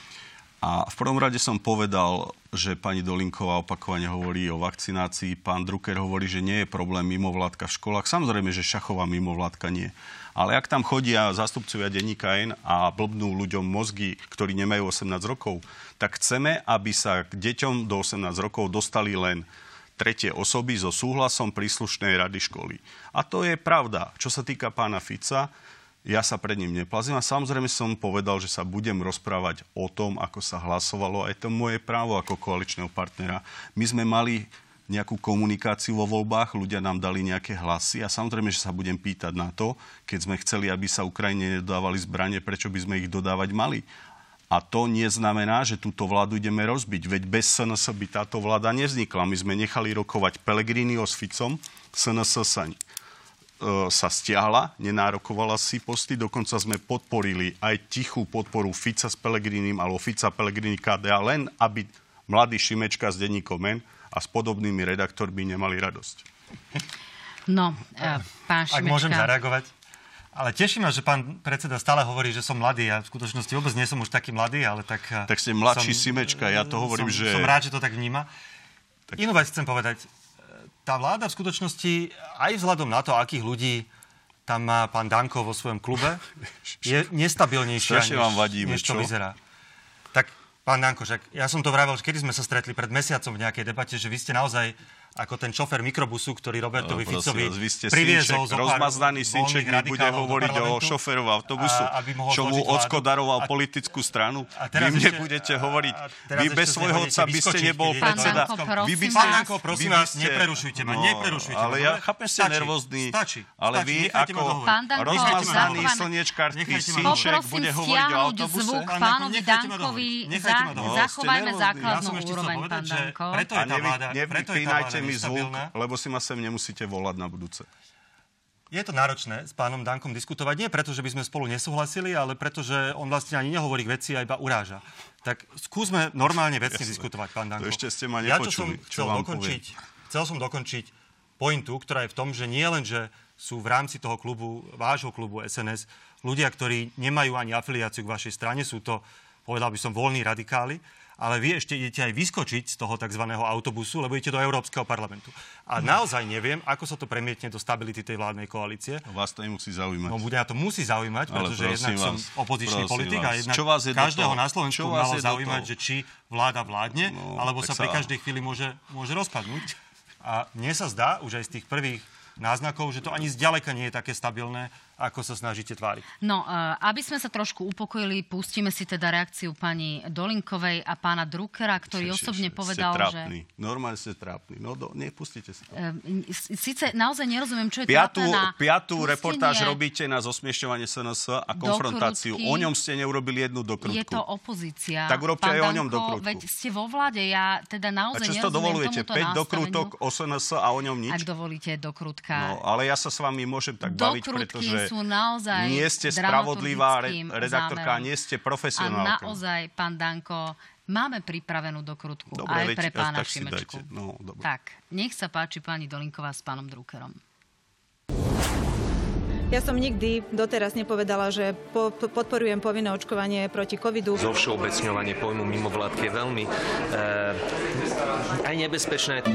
A v prvom rade som povedal, že pani Dolinková opakovane hovorí o vakcinácii. Pán Drucker hovorí, že nie je problém mimovládka v školách. Samozrejme, že šachová mimovládka nie. Ale ak tam chodia zástupcovia denníka N a blbnú ľuďom mozgy, ktorí nemajú 18 rokov, tak chceme, aby sa k deťom do 18 rokov dostali len tretie osoby so súhlasom príslušnej rady školy. A to je pravda. Čo sa týka pána Fica, ja sa pred ním neplazím a samozrejme som povedal, že sa budem rozprávať o tom, ako sa hlasovalo. A je to moje právo ako koaličného partnera. My sme mali nejakú komunikáciu vo voľbách, ľudia nám dali nejaké hlasy a samozrejme, že sa budem pýtať na to, keď sme chceli, aby sa Ukrajine nedodávali zbranie, prečo by sme ich dodávať mali. A to neznamená, že túto vládu ideme rozbiť. Veď bez SNS by táto vláda nevznikla. My sme nechali rokovať Pellegriniho s Ficom, SNS sa stiahla, nenárokovala si posty, dokonca sme podporili aj tichú podporu Fica s Pellegrinim alebo Fica Pellegrini KDA, len aby mladý Šimečka s denníkom N a s podobnými redaktormi nemali radosť. No, pán Šimečka... Ak môžem zareagovať. Ale teší ma, že pán predseda stále hovorí, že som mladý. Ja v skutočnosti vôbec nie som už taký mladý, ale tak... Tak ste mladší Šimečka, ja to hovorím, že... Som rád, že to tak vníma. Tak... Inú vec chcem povedať. Tá vláda v skutočnosti, aj vzhľadom na to, akých ľudí tam má pán Danko vo svojom klube, je nestabilnejšia, než to vyzerá. Tak, pán Danko, ja som to vravel, kedy sme sa stretli pred mesiacom v nejakej debate, že vy ste naozaj ako ten šofér mikrobusu, ktorý Robertovi Ficovi priviezol zo pár rozmaznaný synček mi bude hovoriť o šoférovi autobusu, čo mu ocko daroval politickú stranu. Vy mne budete hovoriť, vy bez svojho otca by ste nebol predseda. Pán Danko, prosím vás, neprerušujte ma. Ale ja chápem, ste nervózny. Ale vy ako rozmaznaný slniečkársky synček bude hovoriť o autobuse. Zvuk pánovi Dankovi, zachovajme základnú úroveň, pán Danko. Preto je tá vláda, mi zvuk, lebo si ma sem nemusíte volať na budúce. Je to náročné s pánom Dankom diskutovať, nie preto, že by sme spolu nesúhlasili, ale preto, že on vlastne ani nehovorí k veci a iba uráža. Tak skúsme normálne vecne diskutovať, pán Danko. To ešte ste ma nepočuli, chcel som dokončiť pointu, ktorá je v tom, že nie len, že sú v rámci toho klubu, vášho klubu SNS, ľudia, ktorí nemajú ani afiliáciu k vašej strane, sú to, povedal by som, voľní radikáli, ale vy ešte idete aj vyskočiť z toho tzv. Autobusu, lebo idete do Európskeho parlamentu. A naozaj neviem, ako sa to premietne do stability tej vládnej koalície. Vás to nemusí zaujímať. No, mňa to musí zaujímať, pretože jednak som opozičný politik a jednak každého na Slovensku malo zaujímať, že či vláda vládne, alebo sa pri každej chvíli môže rozpadnúť. A mne sa zdá, už aj z tých prvých náznakov, že to ani zďaleka nie je také stabilné, ako sa snažíte tváriť. No, aby sme sa trošku upokojili, pustíme si teda reakciu pani Dolinkovej a pána Druckera, ktorý osobne povedal, že... Normálne ste trápni. No, nepustite si to. Sice naozaj nerozumiem, čo je trápne na piatú reportáž robíte na zosmiešťovanie SNS a konfrontáciu. O ňom ste neurobili jednu dokrutku. Je to opozícia. Tak urobte aj o ňom dokrutku. Veď ste vo vláde, ja teda naozaj nerozumiem tomuto dovolujete? 5 dokrutok o SNS a o ňom nič? Ak dovolíte, dokrutka. No, ale ja sa s vami môžem tak baviť, pretože sú naozaj nie ste spravodlivá redaktorka, nie ste profesionálka. A naozaj, pán Danko, máme pripravenú dokrutku aj pre pána Šimečku. No, tak, nech sa páči pani Dolinková s pánom Druckerom. Ja som nikdy doteraz nepovedala, že podporujem povinné očkovanie proti covidu. Zovšeobecňovanie pojmu mimovládky je veľmi aj nebezpečné.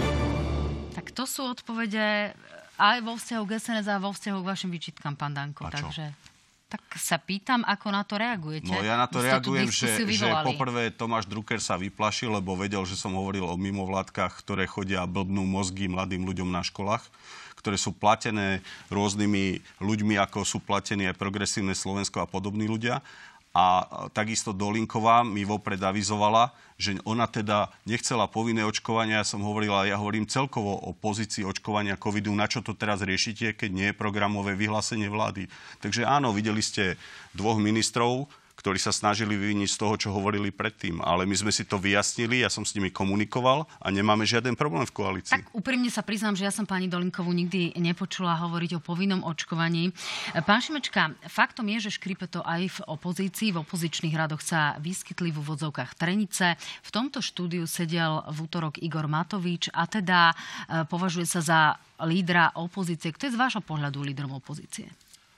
Tak to sú odpovede aj vo vzťahu k SNS a vo vzťahu k vašim výčitkám, pán Danko. Takže tak sa pýtam, ako na to reagujete. No ja na to reagujem, že poprvé Tomáš Drucker sa vyplašil, lebo vedel, že som hovoril o mimovládkach, ktoré chodia a blbnú mozgy mladým ľuďom na školách, ktoré sú platené rôznymi ľuďmi, ako sú platení aj Progresívne Slovensko a podobní ľudia. A takisto Dolinková mi vopred avizovala, že ona teda nechcela povinné očkovania. Ja som hovorila, ja hovorím celkovo o pozícii očkovania covidu. Na čo to teraz riešite, keď nie je programové vyhlásenie vlády? Takže áno, videli ste 2 ministrov, ktorí sa snažili vyviniť z toho, čo hovorili predtým. Ale my sme si to vyjasnili, ja som s nimi komunikoval a nemáme žiaden problém v koalícii. Tak úprimne sa priznám, že ja som pani Dolinkovú nikdy nepočula hovoriť o povinnom očkovaní. Pán Šimečka, faktom je, že škripe to aj v opozícii. V opozičných radoch sa vyskytli v úvodzovkách trenice. V tomto štúdiu sedel v útorok Igor Matovič a teda považuje sa za lídra opozície. Kto je z vášho pohľadu lídrom opozície?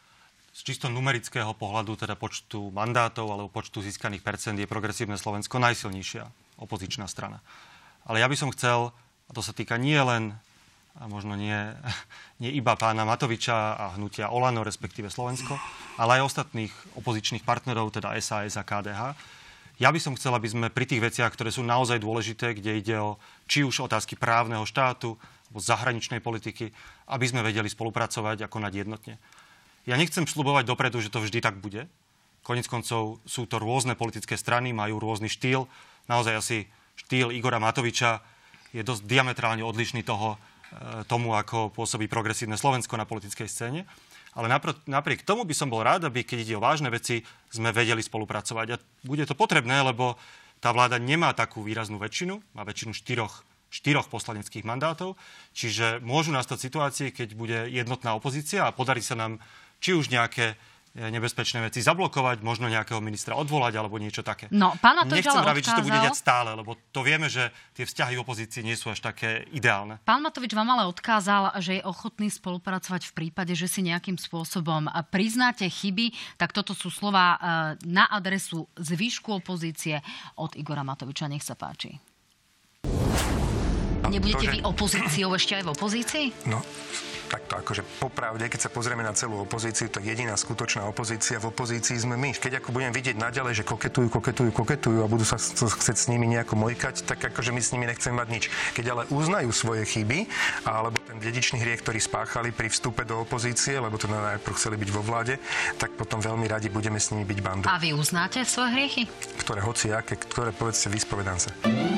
Z čisto numerického pohľadu, teda počtu mandátov alebo počtu získaných percent, je Progresívne Slovensko najsilnejšia opozičná strana. Ale ja by som chcel, a to sa týka nie len, a možno nie iba pána Matoviča a hnutia Olano, respektíve Slovensko, ale aj ostatných opozičných partnerov, teda SAS a KDH. Ja by som chcel, aby sme pri tých veciach, ktoré sú naozaj dôležité, kde ide o či už otázky právneho štátu alebo zahraničnej politiky, aby sme vedeli spolupracovať a konať jednotne. Ja nechcem sľubovať dopredu, že to vždy tak bude. Koniec koncov sú to rôzne politické strany, majú rôzny štýl. Naozaj asi štýl Igora Matoviča je dosť diametrálne odlišný tomu, ako pôsobí Progresívne Slovensko na politickej scéne. Ale napriek tomu by som bol rád, aby keď ide o vážne veci, sme vedeli spolupracovať. A bude to potrebné, lebo tá vláda nemá takú výraznú väčšinu, má väčšinu 4 poslaneckých mandátov, čiže môžu nastať situácie, keď bude jednotná opozícia a podarí sa nám či už nejaké nebezpečné veci zablokovať, možno nejakého ministra odvolať alebo niečo také. No, pán Matovič nechcem vraviť, že to bude diať stále, lebo to vieme, že tie vzťahy opozície nie sú až také ideálne. Pán Matovič vám ale odkázal, že je ochotný spolupracovať v prípade, že si nejakým spôsobom priznáte chyby, tak toto sú slova na adresu zvýšku opozície od Igora Matoviča. Nech sa páči. Nebudete vy opozíciou ešte aj v opozícii? No, takto akože popravde, keď sa pozrieme na celú opozíciu, tak jediná skutočná opozícia v opozícii sme my. Keď ako budem vidieť naďalej, že koketujú a budú sa chcieť s nimi nejako mojkať, tak akože my s nimi nechceme mať nič. Keď ale uznajú svoje chyby, alebo ten dedičný hriech, ktorý spáchali pri vstupe do opozície, lebo teda najprv chceli byť vo vláde, tak potom veľmi radi budeme s nimi byť bandou. A vy uznáte svoje hriechy? Ktoré hociaké, ktoré povedzte, vyspovedám sa.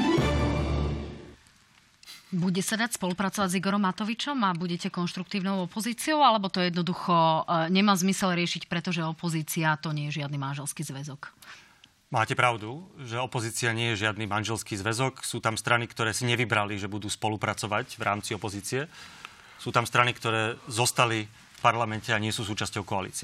Bude sa dať spolupracovať s Igorom Matovičom a budete konštruktívnou opozíciou, alebo to jednoducho nemá zmysel riešiť, pretože opozícia to nie je žiadny manželský zväzok? Máte pravdu, že opozícia nie je žiadny manželský zväzok. Sú tam strany, ktoré si nevybrali, že budú spolupracovať v rámci opozície. Sú tam strany, ktoré zostali v parlamente a nie sú súčasťou koalície.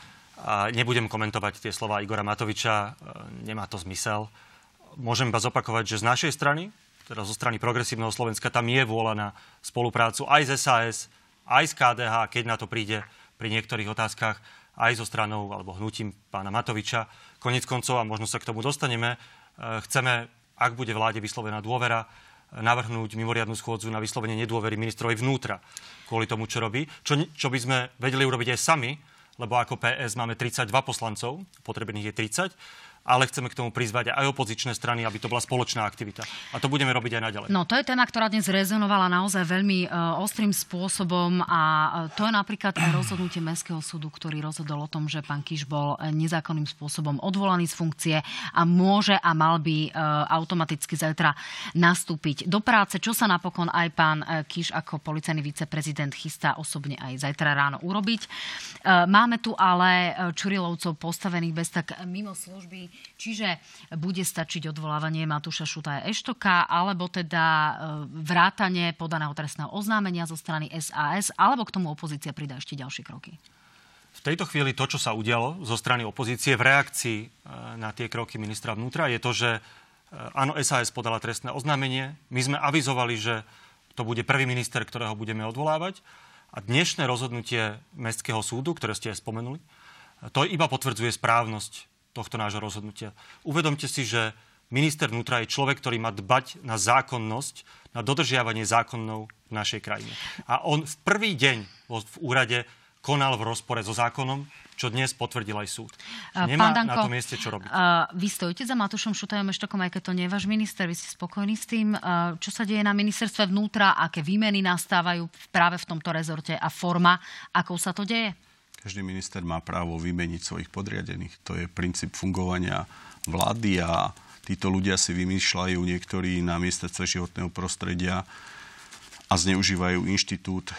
A nebudem komentovať tie slová Igora Matoviča, nemá to zmysel. Môžem iba zopakovať, že z našej strany, teda zo strany Progresívneho Slovenska, tam je vôľa na spoluprácu aj z SAS, aj z KDH, keď na to príde pri niektorých otázkach, aj so stranou alebo hnutím pána Matoviča. Koniec koncov, a možno sa k tomu dostaneme, chceme, ak bude vláde vyslovená dôvera, navrhnúť mimoriadnu schôdzu na vyslovenie nedôvery ministrovi vnútra kvôli tomu, čo robí. Čo by sme vedeli urobiť aj sami, lebo ako PS máme 32 poslancov, potrebných je 30, ale chceme k tomu prizvať aj opozičné strany, aby to bola spoločná aktivita. A to budeme robiť aj naďalej. No, to je téma, ktorá dnes rezonovala naozaj veľmi ostrým spôsobom a to je napríklad aj rozhodnutie Mestského súdu, ktorý rozhodol o tom, že pán Kiš bol nezákonným spôsobom odvolaný z funkcie a môže a mal by automaticky zajtra nastúpiť do práce, čo sa napokon aj pán Kiš ako policajný viceprezident chystá osobne aj zajtra ráno urobiť. Máme tu ale Čurilovcov postavených bez tak mimo služby. Čiže bude stačiť odvolávanie Matúša Šutaja Eštoka, alebo teda vrátanie podaného trestného oznámenia zo strany SAS, alebo k tomu opozícia pridá ešte ďalšie kroky? V tejto chvíli to, čo sa udialo zo strany opozície v reakcii na tie kroky ministra vnútra, je to, že áno, SAS podala trestné oznámenie. My sme avizovali, že to bude prvý minister, ktorého budeme odvolávať. A dnešné rozhodnutie Mestského súdu, ktoré ste aj spomenuli, to iba potvrdzuje správnosť tohto nášho rozhodnutia. Uvedomte si, že minister vnútra je človek, ktorý má dbať na zákonnosť, na dodržiavanie zákonov v našej krajine. A on v prvý deň v úrade konal v rozpore so zákonom, čo dnes potvrdil aj súd. Nemá Danko, na tom mieste čo robiť. Vy stojíte za Matúšom Šutajom Eštokom, aj keď to nie je váš minister, vy ste spokojní s tým, čo sa deje na ministerstve vnútra, aké výmeny nastávajú práve v tomto rezorte a forma, akou sa to deje? Každý minister má právo vymeniť svojich podriadených. To je princíp fungovania vlády a títo ľudia si vymýšľajú niektorí na ministerstve životného prostredia a zneužívajú inštitút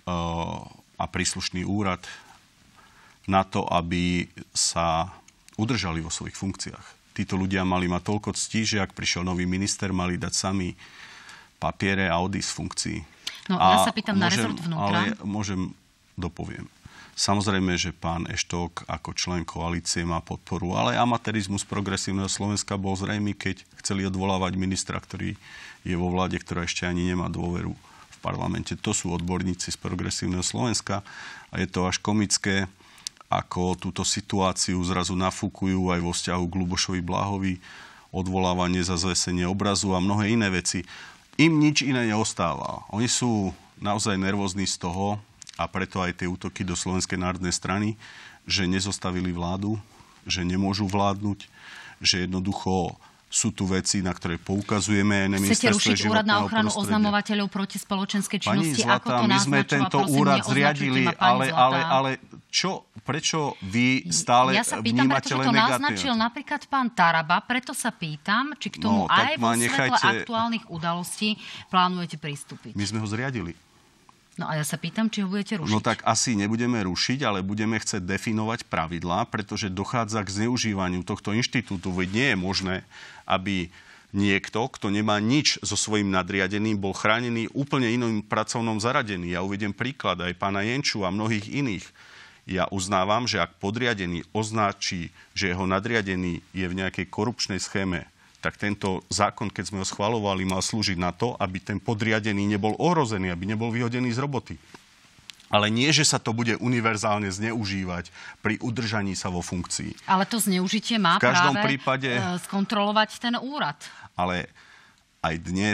a príslušný úrad na to, aby sa udržali vo svojich funkciách. Títo ľudia mali mať toľko ctí, že ak prišiel nový minister, mali dať sami papiere a odísť z funkcií. No, ja sa pýtam na rezort vnútra. Ale dopoviem. Samozrejme, že pán Eštok ako člen koalície má podporu, ale amatérizmus Progresívneho Slovenska bol zrejmý, keď chceli odvolávať ministra, ktorý je vo vláde, ktorá ešte ani nemá dôveru v parlamente. To sú odborníci z Progresívneho Slovenska a je to až komické, ako túto situáciu zrazu nafúkujú aj vo vzťahu k Ľubošovi Bláhovi, odvolávanie za zvesenie obrazu a mnohé iné veci. Im nič iné neostáva. Oni sú naozaj nervózni z toho, a preto aj tie útoky do Slovenskej národnej strany, že nezostavili vládu, že nemôžu vládnuť, že jednoducho sú tu veci, na ktoré poukazujeme aj na ministerstve životného prostredia. Chcete rušiť úrad na ochranu oznamovateľov proti spoločenskej činnosti? Pani Zlatá, my sme tento úrad zriadili, ale prečo vy stále ja sa pýtam, vnímate len negatívne? Ja sa pýtam, pretože to naznačil napríklad pán Taraba, preto sa pýtam, či k tomu aj vo svetle aktuálnych udalostí plánujete pristúpiť. My sme ho zriadili. No a ja sa pýtam, či ho budete rušiť. No tak asi nebudeme rušiť, ale budeme chcieť definovať pravidlá, pretože dochádza k zneužívaniu tohto inštitútu. Veď nie je možné, aby niekto, kto nemá nič so svojím nadriadeným, bol chránený úplne inom pracovnom zaradení. Ja uvediem príklad aj pána Jenču a mnohých iných. Ja uznávam, že ak podriadený označí, že jeho nadriadený je v nejakej korupčnej schéme, tak tento zákon, keď sme ho schvaľovali, mal slúžiť na to, aby ten podriadený nebol ohrozený, aby nebol vyhodený z roboty. Ale nie, že sa to bude univerzálne zneužívať pri udržaní sa vo funkcii. Ale to zneužitie má práve skontrolovať ten úrad. Ale aj dnes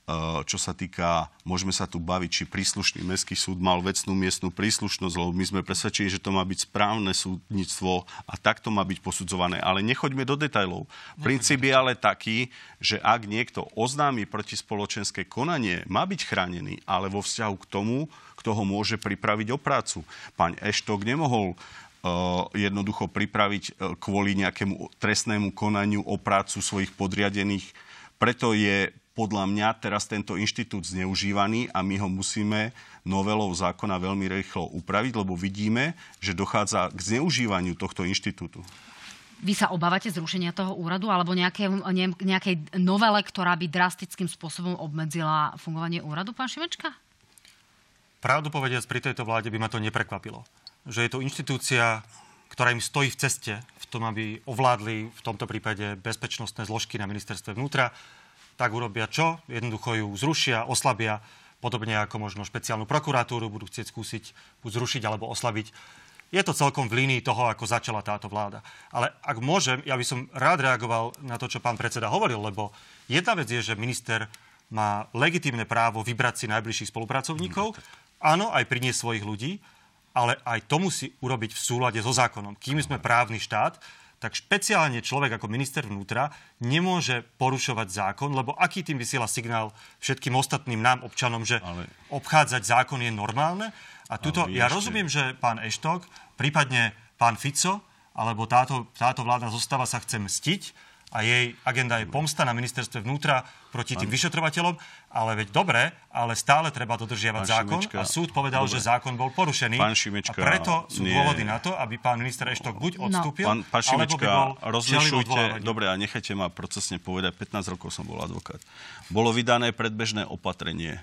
čo sa týka, môžeme sa tu baviť, či príslušný mestský súd mal vecnú miestnu príslušnosť, lebo my sme presvedčení, že to má byť správne súdnictvo a takto má byť posudzované. Ale nechoďme do detailov. Princíp je ale taký, že ak niekto oznámi protispoločenské konanie, má byť chránený, ale vo vzťahu k tomu, kto ho môže pripraviť o prácu. Pán Eštok nemohol jednoducho pripraviť kvôli nejakému trestnému konaniu o prácu svojich podriadených. Preto je podľa mňa teraz tento inštitút zneužívaný a my ho musíme novelou zákona veľmi rýchlo upraviť, lebo vidíme, že dochádza k zneužívaniu tohto inštitútu. Vy sa obávate zrušenia toho úradu alebo nejakej novele, ktorá by drastickým spôsobom obmedzila fungovanie úradu, pán Šimečka? Pravdu povediac, pri tejto vláde by ma to neprekvapilo. Že je to inštitúcia, ktorá im stojí v ceste v tom, aby ovládli v tomto prípade bezpečnostné zložky na ministerstve vnútra, tak urobia čo? Jednoducho ju zrušia, oslabia, podobne ako možno špeciálnu prokuratúru budú chcieť skúsiť buď zrušiť alebo oslabiť. Je to celkom v línii toho, ako začala táto vláda. Ale ak môžem, ja by som rád reagoval na to, čo pán predseda hovoril, lebo jedna vec je, že minister má legitímne právo vybrať si najbližších spolupracovníkov, áno, aj priniesť svojich ľudí, ale aj to musí urobiť v súlade so zákonom. Kým sme právny štát, tak špeciálne človek ako minister vnútra nemôže porušovať zákon, lebo aký tým vysiela signál všetkým ostatným nám, občanom, že obchádzať zákon je normálne? A tuto ja rozumiem, že pán Eštok, prípadne pán Fico, alebo táto vládna zostava sa chce mstiť a jej agenda je pomsta na ministerstve vnútra proti tým vyšetrovateľom, ale veď dobre, ale stále treba dodržiavať zákon a súd povedal, že zákon bol porušený. A preto sú dôvody na to, aby pán minister Eštok buď odstúpil, Pán alebo by bol rozlišujte, dobre, a nechajte ma procesne povedať, 15 rokov som bol advokát. Bolo vydané predbežné opatrenie,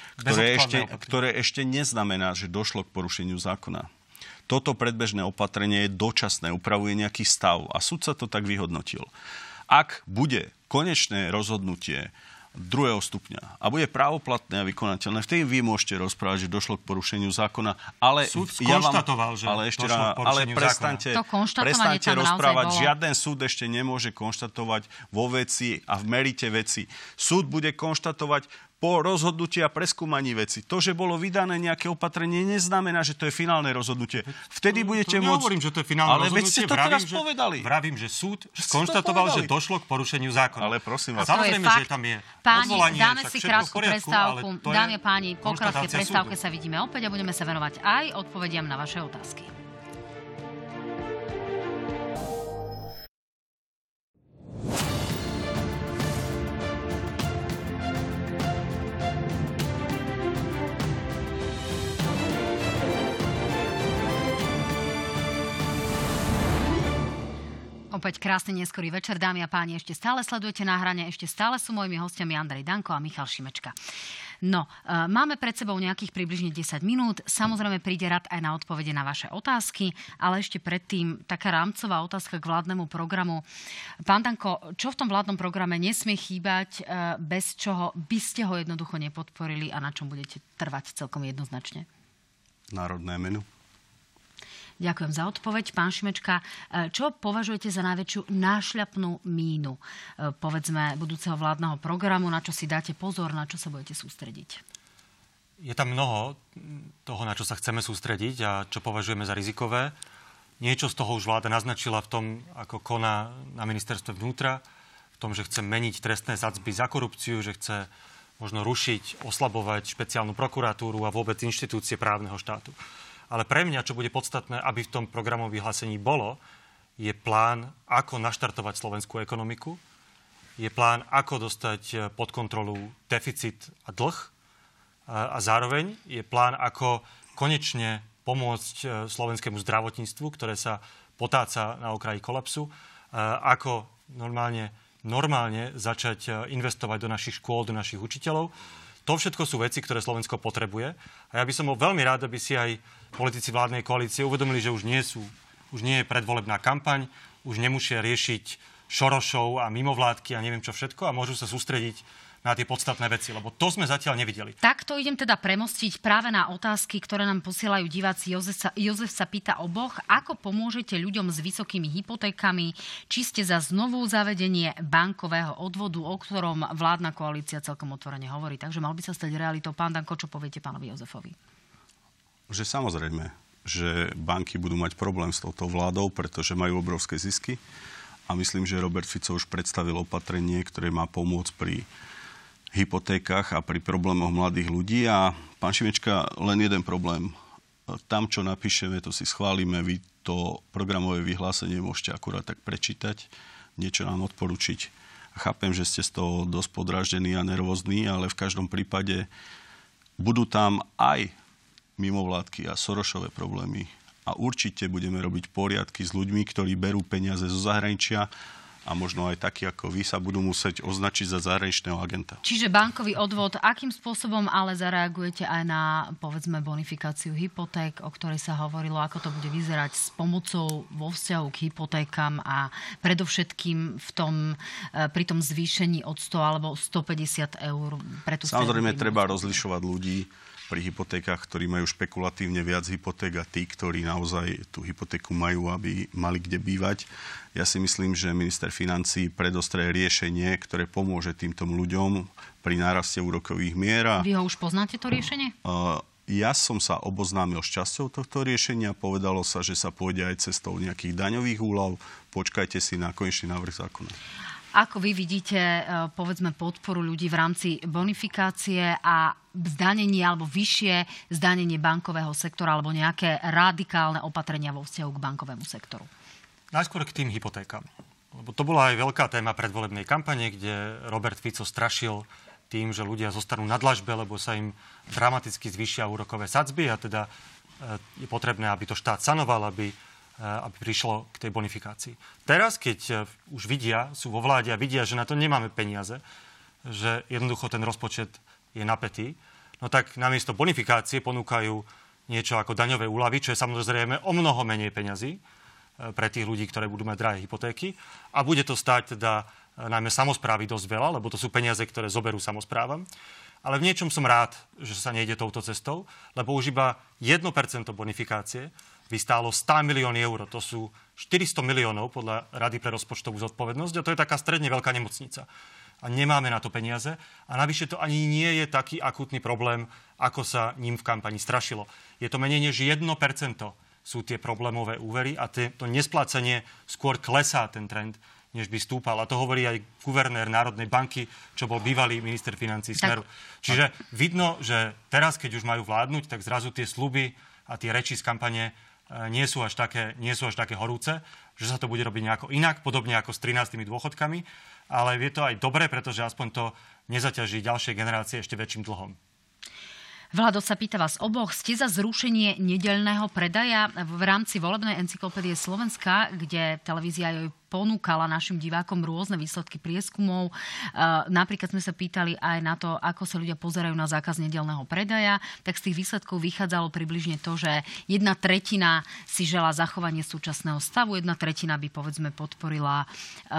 ktoré ešte neznamená, že došlo k porušeniu zákona. Toto predbežné opatrenie je dočasné, upravuje nejaký stav a súd sa to tak vyhodnotil. Ak bude konečné rozhodnutie druhého stupňa a bude právoplatné a vykonateľné, vtedy vy môžete rozprávať, že došlo k porušeniu zákona, ale súd skonštatoval, že došlo k porušeniu zákona. Prestaňte rozprávať. Žiaden súd ešte nemôže konštatovať vo veci a v merite veci. Súd bude konštatovať po rozhodnutí a preskúmaní veci. To, že bolo vydané nejaké opatrenie, neznamená, že to je finálne rozhodnutie. Vtedy budete môcť... Nehovorím, že to je finálne rozhodnutie. Ale veď ste to teraz povedali. Vravím, že súd skonštatoval, že došlo k porušeniu zákona. Ale prosím vás. Samozrejme, že tam je odvolanie. Dáme si krátku prestávku. Dámy a páni, po krátkej prestávke sa vidíme opäť a budeme sa venovať aj odpovediam na vaše otázky. Opäť krásny neskorý večer, dámy a páni, ešte stále sledujete Na hrane, ešte stále sú mojimi hostiami Andrej Danko a Michal Šimečka. No, máme pred sebou nejakých približne 10 minút, samozrejme príde rad aj na odpovede na vaše otázky, ale ešte predtým taká rámcová otázka k vládnemu programu. Pán Danko, čo v tom vládnom programe nesmie chýbať, bez čoho by ste ho jednoducho nepodporili a na čom budete trvať celkom jednoznačne? Národné menu. Ďakujem za odpoveď. Pán Šimečka, čo považujete za najväčšiu nášľapnú mínu, povedzme, budúceho vládneho programu, na čo si dáte pozor, na čo sa budete sústrediť? Je tam mnoho toho, na čo sa chceme sústrediť a čo považujeme za rizikové. Niečo z toho už vláda naznačila v tom, ako koná na ministerstve vnútra, v tom, že chce meniť trestné sadzby za korupciu, že chce možno rušiť, oslabovať špeciálnu prokuratúru a vôbec inštitúcie právneho štátu. Ale pre mňa, čo bude podstatné, aby v tom programovom vyhlásení bolo, je plán, ako naštartovať slovenskú ekonomiku, je plán, ako dostať pod kontrolu deficit a dlh a zároveň je plán, ako konečne pomôcť slovenskému zdravotníctvu, ktoré sa potáca na okraji kolapsu, ako normálne začať investovať do našich škôl, do našich učiteľov. To všetko sú veci, ktoré Slovensko potrebuje. A ja by som bol veľmi rád, aby si aj politici vládnej koalície uvedomili, že už nie je predvolebná kampaň, už nemusia riešiť Šorošov a mimovládky a neviem čo všetko a môžu sa sústrediť na tie podstatné veci, lebo to sme zatiaľ nevideli. Takto idem teda premostiť práve na otázky, ktoré nám posielajú diváci. Jozef sa pýta oboch, ako pomôžete ľuďom s vysokými hypotékami, či ste za znovu zavedenie bankového odvodu, o ktorom vládna koalícia celkom otvorene hovorí. Takže mal by sa stať realitou. Pán Danko, čo poviete pánovi Jozefovi? Že samozrejme, že banky budú mať problém s touto vládou, pretože majú obrovské zisky. A myslím, že Robert Fico už predstavil opatrenie, ktoré má pomôcť pri hypotékach a pri problémoch mladých ľudí. A pán Šimečka, len jeden problém. Tam, čo napíšeme, to si schválime. Vy to programové vyhlásenie môžete akurát tak prečítať, niečo nám odporučiť. Chápem, že ste z toho dosť podráždení a nervózni, ale v každom prípade budú tam aj mimovládky a Sorošové problémy. A určite budeme robiť poriadky s ľuďmi, ktorí berú peniaze zo zahraničia a možno aj takí ako vy sa budú musieť označiť za zahraničného agenta. Čiže bankový odvod, akým spôsobom ale zareagujete aj na, povedzme, bonifikáciu hypoték, o ktorej sa hovorilo, ako to bude vyzerať s pomocou vo vzťahu k hypotékam a predovšetkým pri tom zvýšení od 100 alebo 150 eur pre tú Samozrejme, treba rozlišovať ľudí pri hypotékach, ktorí majú špekulatívne viac hypoték a tí, ktorí naozaj tú hypotéku majú, aby mali kde bývať. Ja si myslím, že minister financií predostrie riešenie, ktoré pomôže týmto ľuďom pri náraste úrokových mier. Vy ho už poznáte, to riešenie? Ja som sa oboznámil s časťou tohto riešenia. Povedalo sa, že sa pôjde aj cestou nejakých daňových úľav. Počkajte si na konečný návrh zákona. Ako vy vidíte, povedzme, podporu ľudí v rámci bonifikácie a zdanenie alebo vyššie zdanenie bankového sektora alebo nejaké radikálne opatrenia vo vzťahu k bankovému sektoru? Najskôr k tým hypotékam. Lebo to bola aj veľká téma predvolebnej kampane, kde Robert Fico strašil tým, že ľudia zostanú na dlažbe, lebo sa im dramaticky zvýšia úrokové sadzby a teda je potrebné, aby to štát sanoval, aby prišlo k tej bonifikácii. Teraz, keď už sú vo vláde a vidia, že na to nemáme peniaze, že jednoducho ten rozpočet je napätý, no tak namiesto bonifikácie ponúkajú niečo ako daňové úľavy, čo je samozrejme o mnoho menej peňazí pre tých ľudí, ktorí budú mať drahé hypotéky. A bude to stáť teda najmä samosprávy dosť veľa, lebo to sú peniaze, ktoré zoberú samosprávam. Ale v niečom som rád, že sa nejde touto cestou, lebo už iba 1% bonifikácie by stálo 100 milióny eur. To sú 400 miliónov podľa Rady pre rozpočtovú zodpovednosť a to je taká stredne veľká nemocnica. A nemáme na to peniaze. A navyše to ani nie je taký akútny problém, ako sa ním v kampani strašilo. Je to menej než 1% sú tie problémové úvery a to nesplácanie skôr klesá ten trend, než by stúpal. A to hovorí aj guvernér Národnej banky, čo bol bývalý minister financií Smeru. Čiže vidno, že teraz, keď už majú vládnuť, tak zrazu tie sľuby a tie reči z kampane nie sú až také horúce, že sa to bude robiť nejako inak, podobne ako s 13 dôchodkami, ale je to aj dobre, pretože aspoň to nezaťaží ďalšie generácie ešte väčším dlhom. Vlado sa pýta vás oboch, ste za zrušenie nedeľného predaja v rámci volebnej encyklopédie Slovenska, kde televízia jej ponúkala našim divákom rôzne výsledky prieskumov. Napríklad sme sa pýtali aj na to, ako sa ľudia pozerajú na zákaz nedeľného predaja. Tak z tých výsledkov vychádzalo približne to, že 1/3 si želá zachovanie súčasného stavu, 1/3 by, povedzme, podporila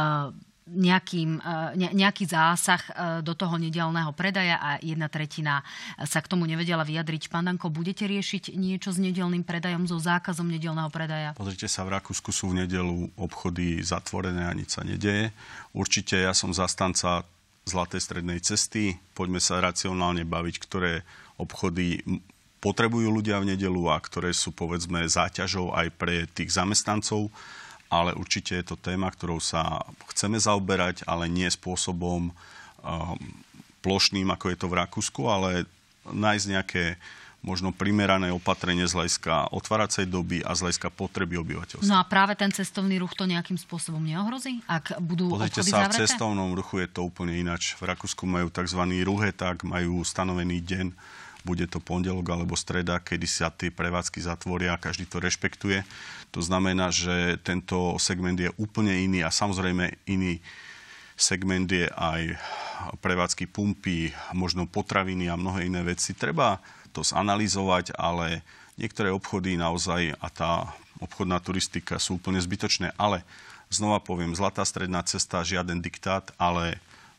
nejaký zásah do toho nedeľného predaja a 1/3 sa k tomu nevedela vyjadriť. Pán Danko, budete riešiť niečo s nedeľným predajom, so zákazom nedeľného predaja? Pozrite sa, v Rakúsku sú v nedeľu obchody zatvorené a nič sa nedeje. Určite ja som zastanca zlatej strednej cesty. Poďme sa racionálne baviť, ktoré obchody potrebujú ľudia v nedeľu a ktoré sú, povedzme, záťažou aj pre tých zamestnancov. Ale určite je to téma, ktorou sa chceme zaoberať, ale nie spôsobom plošným, ako je to v Rakúsku, ale nájsť nejaké možno primerané opatrenie z hľadiska otváracej doby a z hľadiska potreby obyvateľstva. No a práve ten cestovný ruch to nejakým spôsobom neohrozí, ak budú Pozrite obchody sa, zavreté? V cestovnom ruchu je to úplne ináč. V Rakúsku majú tzv. Ruhetag, majú stanovený deň, bude to pondelok alebo streda, kedy sa tie prevádzky zatvoria a každý to rešpektuje. To znamená, že tento segment je úplne iný a samozrejme iný segment je aj prevádzky pumpy, možno potraviny a mnohé iné veci. Treba to zanalyzovať, ale niektoré obchody naozaj a tá obchodná turistika sú úplne zbytočné. Ale znova poviem, zlatá stredná cesta, žiaden diktát, ale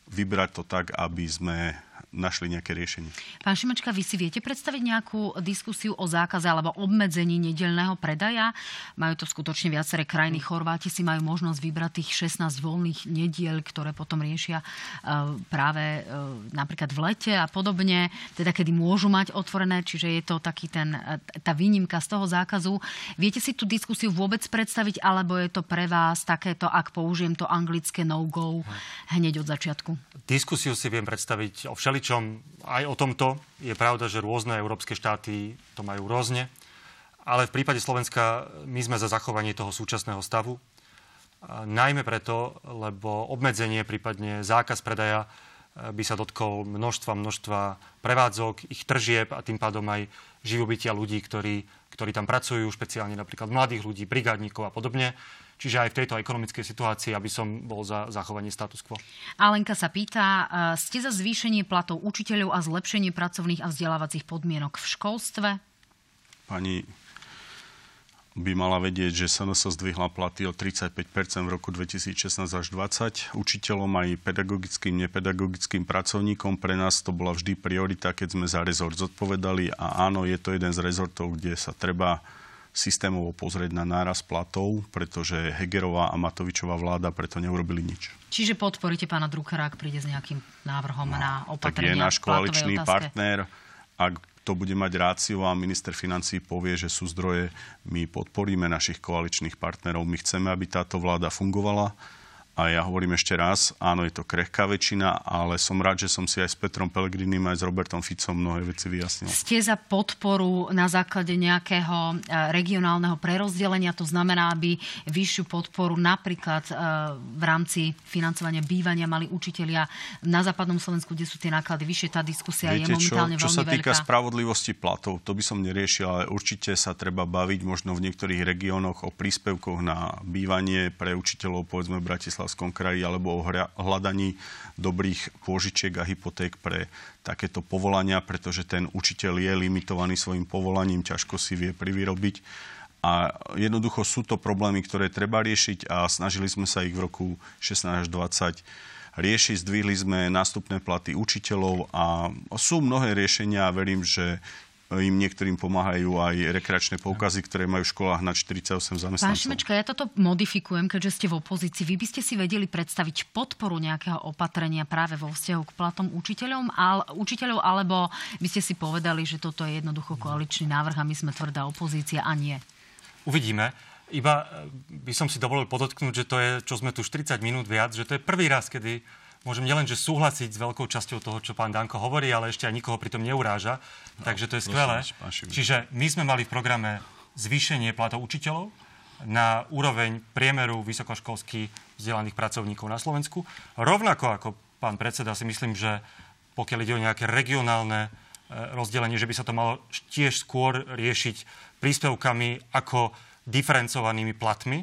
vybrať to tak, aby sme našli nejaké riešenie. Pán Šimečka, vy si viete predstaviť nejakú diskusiu o zákaze alebo obmedzení nedeľného predaja? Majú to skutočne viaceré krajiny. Chorváti si majú možnosť vybrať tých 16 voľných nediel, ktoré potom riešia práve napríklad v lete a podobne, teda kedy môžu mať otvorené, čiže je to taký tá výnimka z toho zákazu. Viete si tú diskusiu vôbec predstaviť, alebo je to pre vás takéto, ak použijem to anglické no-go hneď od začiatku? Diskusiu si viem predstaviť o všeličom. Aj o tomto je pravda, že rôzne európske štáty to majú rôzne. Ale v prípade Slovenska my sme za zachovanie toho súčasného stavu. Najmä preto, lebo obmedzenie, prípadne zákaz predaja by sa dotkol množstva prevádzok, ich tržieb a tým pádom aj živobytia ľudí, ktorí tam pracujú, špeciálne napríklad mladých ľudí, brigádnikov a podobne. Čiže aj v tejto ekonomickej situácii, aby som bol za zachovanie status quo. Alenka sa pýta, ste za zvýšenie platov učiteľov a zlepšenie pracovných a vzdelávacích podmienok v školstve? Pani by mala vedieť, že SNS zdvihla platy o 35% v roku 2016 až 2020. Učiteľom aj pedagogickým, nepedagogickým pracovníkom. Pre nás to bola vždy priorita, keď sme za rezort zodpovedali. A áno, je to jeden z rezortov, kde sa treba systémovo pozrieť na nárast platov, pretože Hegerová a Matovičová vláda preto neurobili nič. Čiže podporíte pána Druckera, ak príde s nejakým návrhom na opatrenia? Tak je náš koaličný partner. Ak to bude mať ráciu a minister financií povie, že sú zdroje, my podporíme našich koaličných partnerov. My chceme, aby táto vláda fungovala. A ja hovorím ešte raz, áno, je to krehká väčšina, ale som rád, že som si aj s Petrom Pellegrinim, aj s Robertom Ficom mnohé veci vyjasnil. Ste za podporu na základe nejakého regionálneho prerozdelenia? To znamená, aby vyššiu podporu napríklad v rámci financovania bývania mali učitelia na západnom Slovensku, kde sú tie náklady vyššie. Tá diskusia je momentálne veľmi veľká. Čo sa týka spravodlivosti platov, to by som neriešil, ale určite sa treba baviť možno v niektorých regiónoch o príspevkoch na bývanie pre učiteľov, povedzme v Bratislavskom kraji, alebo o hľadaní dobrých pôžičiek a hypoték pre takéto povolania, pretože ten učiteľ je limitovaný svojim povolaním, ťažko si vie privyrobiť. A jednoducho sú to problémy, ktoré treba riešiť a snažili sme sa ich v roku 16 až 20 riešiť. Zdvihli sme nástupné platy učiteľov a sú mnohé riešenia a verím, že im niektorým pomáhajú aj rekreačné poukazy, ktoré majú v školách na 48 zamestnancov. Pán Šimečka, ja toto modifikujem, keďže ste v opozícii. Vy by ste si vedeli predstaviť podporu nejakého opatrenia práve vo vzťahu k platom učiteľov, alebo by ste si povedali, že toto je jednoducho koaličný návrh a my sme tvrdá opozícia a nie? Uvidíme. Iba by som si dovolil podotknúť, že to je, čo sme tu 40 minút viac, že to je prvý raz, kedy môžem nielenže súhlasiť s veľkou časťou toho, čo pán Danko hovorí, ale ešte aj nikoho pritom neuráža. Takže to je skvelé. Čiže my sme mali v programe zvýšenie platov učiteľov na úroveň priemeru vysokoškolských vzdelaných pracovníkov na Slovensku. Rovnako ako pán predseda si myslím, že pokiaľ ide o nejaké regionálne rozdelenie, že by sa to malo tiež skôr riešiť príspevkami ako diferencovanými platmi.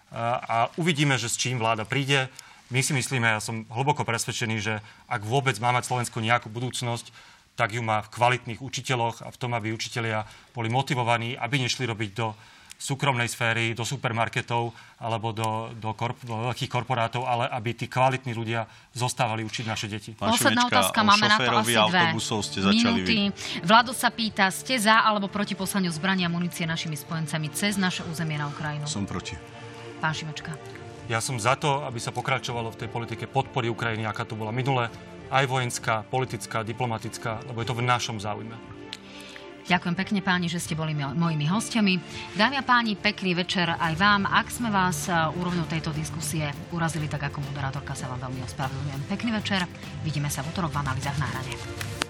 A uvidíme, že s čím vláda príde. My si myslíme, ja som hlboko presvedčený, že ak vôbec má mať Slovensko nejakú budúcnosť, tak ju má v kvalitných učiteľoch a v tom, aby učitelia boli motivovaní, aby nešli robiť do súkromnej sféry, do supermarketov alebo do veľkých korporátov, ale aby tí kvalitní ľudia zostávali učiť naše deti. Posledná otázka, máme na to asi 2 minúty. Vlado sa pýta, ste za alebo proti poslaniu zbraní a munície našimi spojencami cez naše územie na Ukrajinu? Som proti. Pán Šimečka. Ja som za to, aby sa pokračovalo v tej politike podpory Ukrajiny, aká tu bola minule, aj vojenská, politická, diplomatická, lebo je to v našom záujme. Ďakujem pekne, páni, že ste boli mojimi hostiami. Dámy a páni, pekný večer aj vám. Ak sme vás úrovňou tejto diskusie urazili, tak ako moderátorka sa vám veľmi ospravedlňujem. Pekný večer, vidíme sa v utorok v Analýzach na hrade.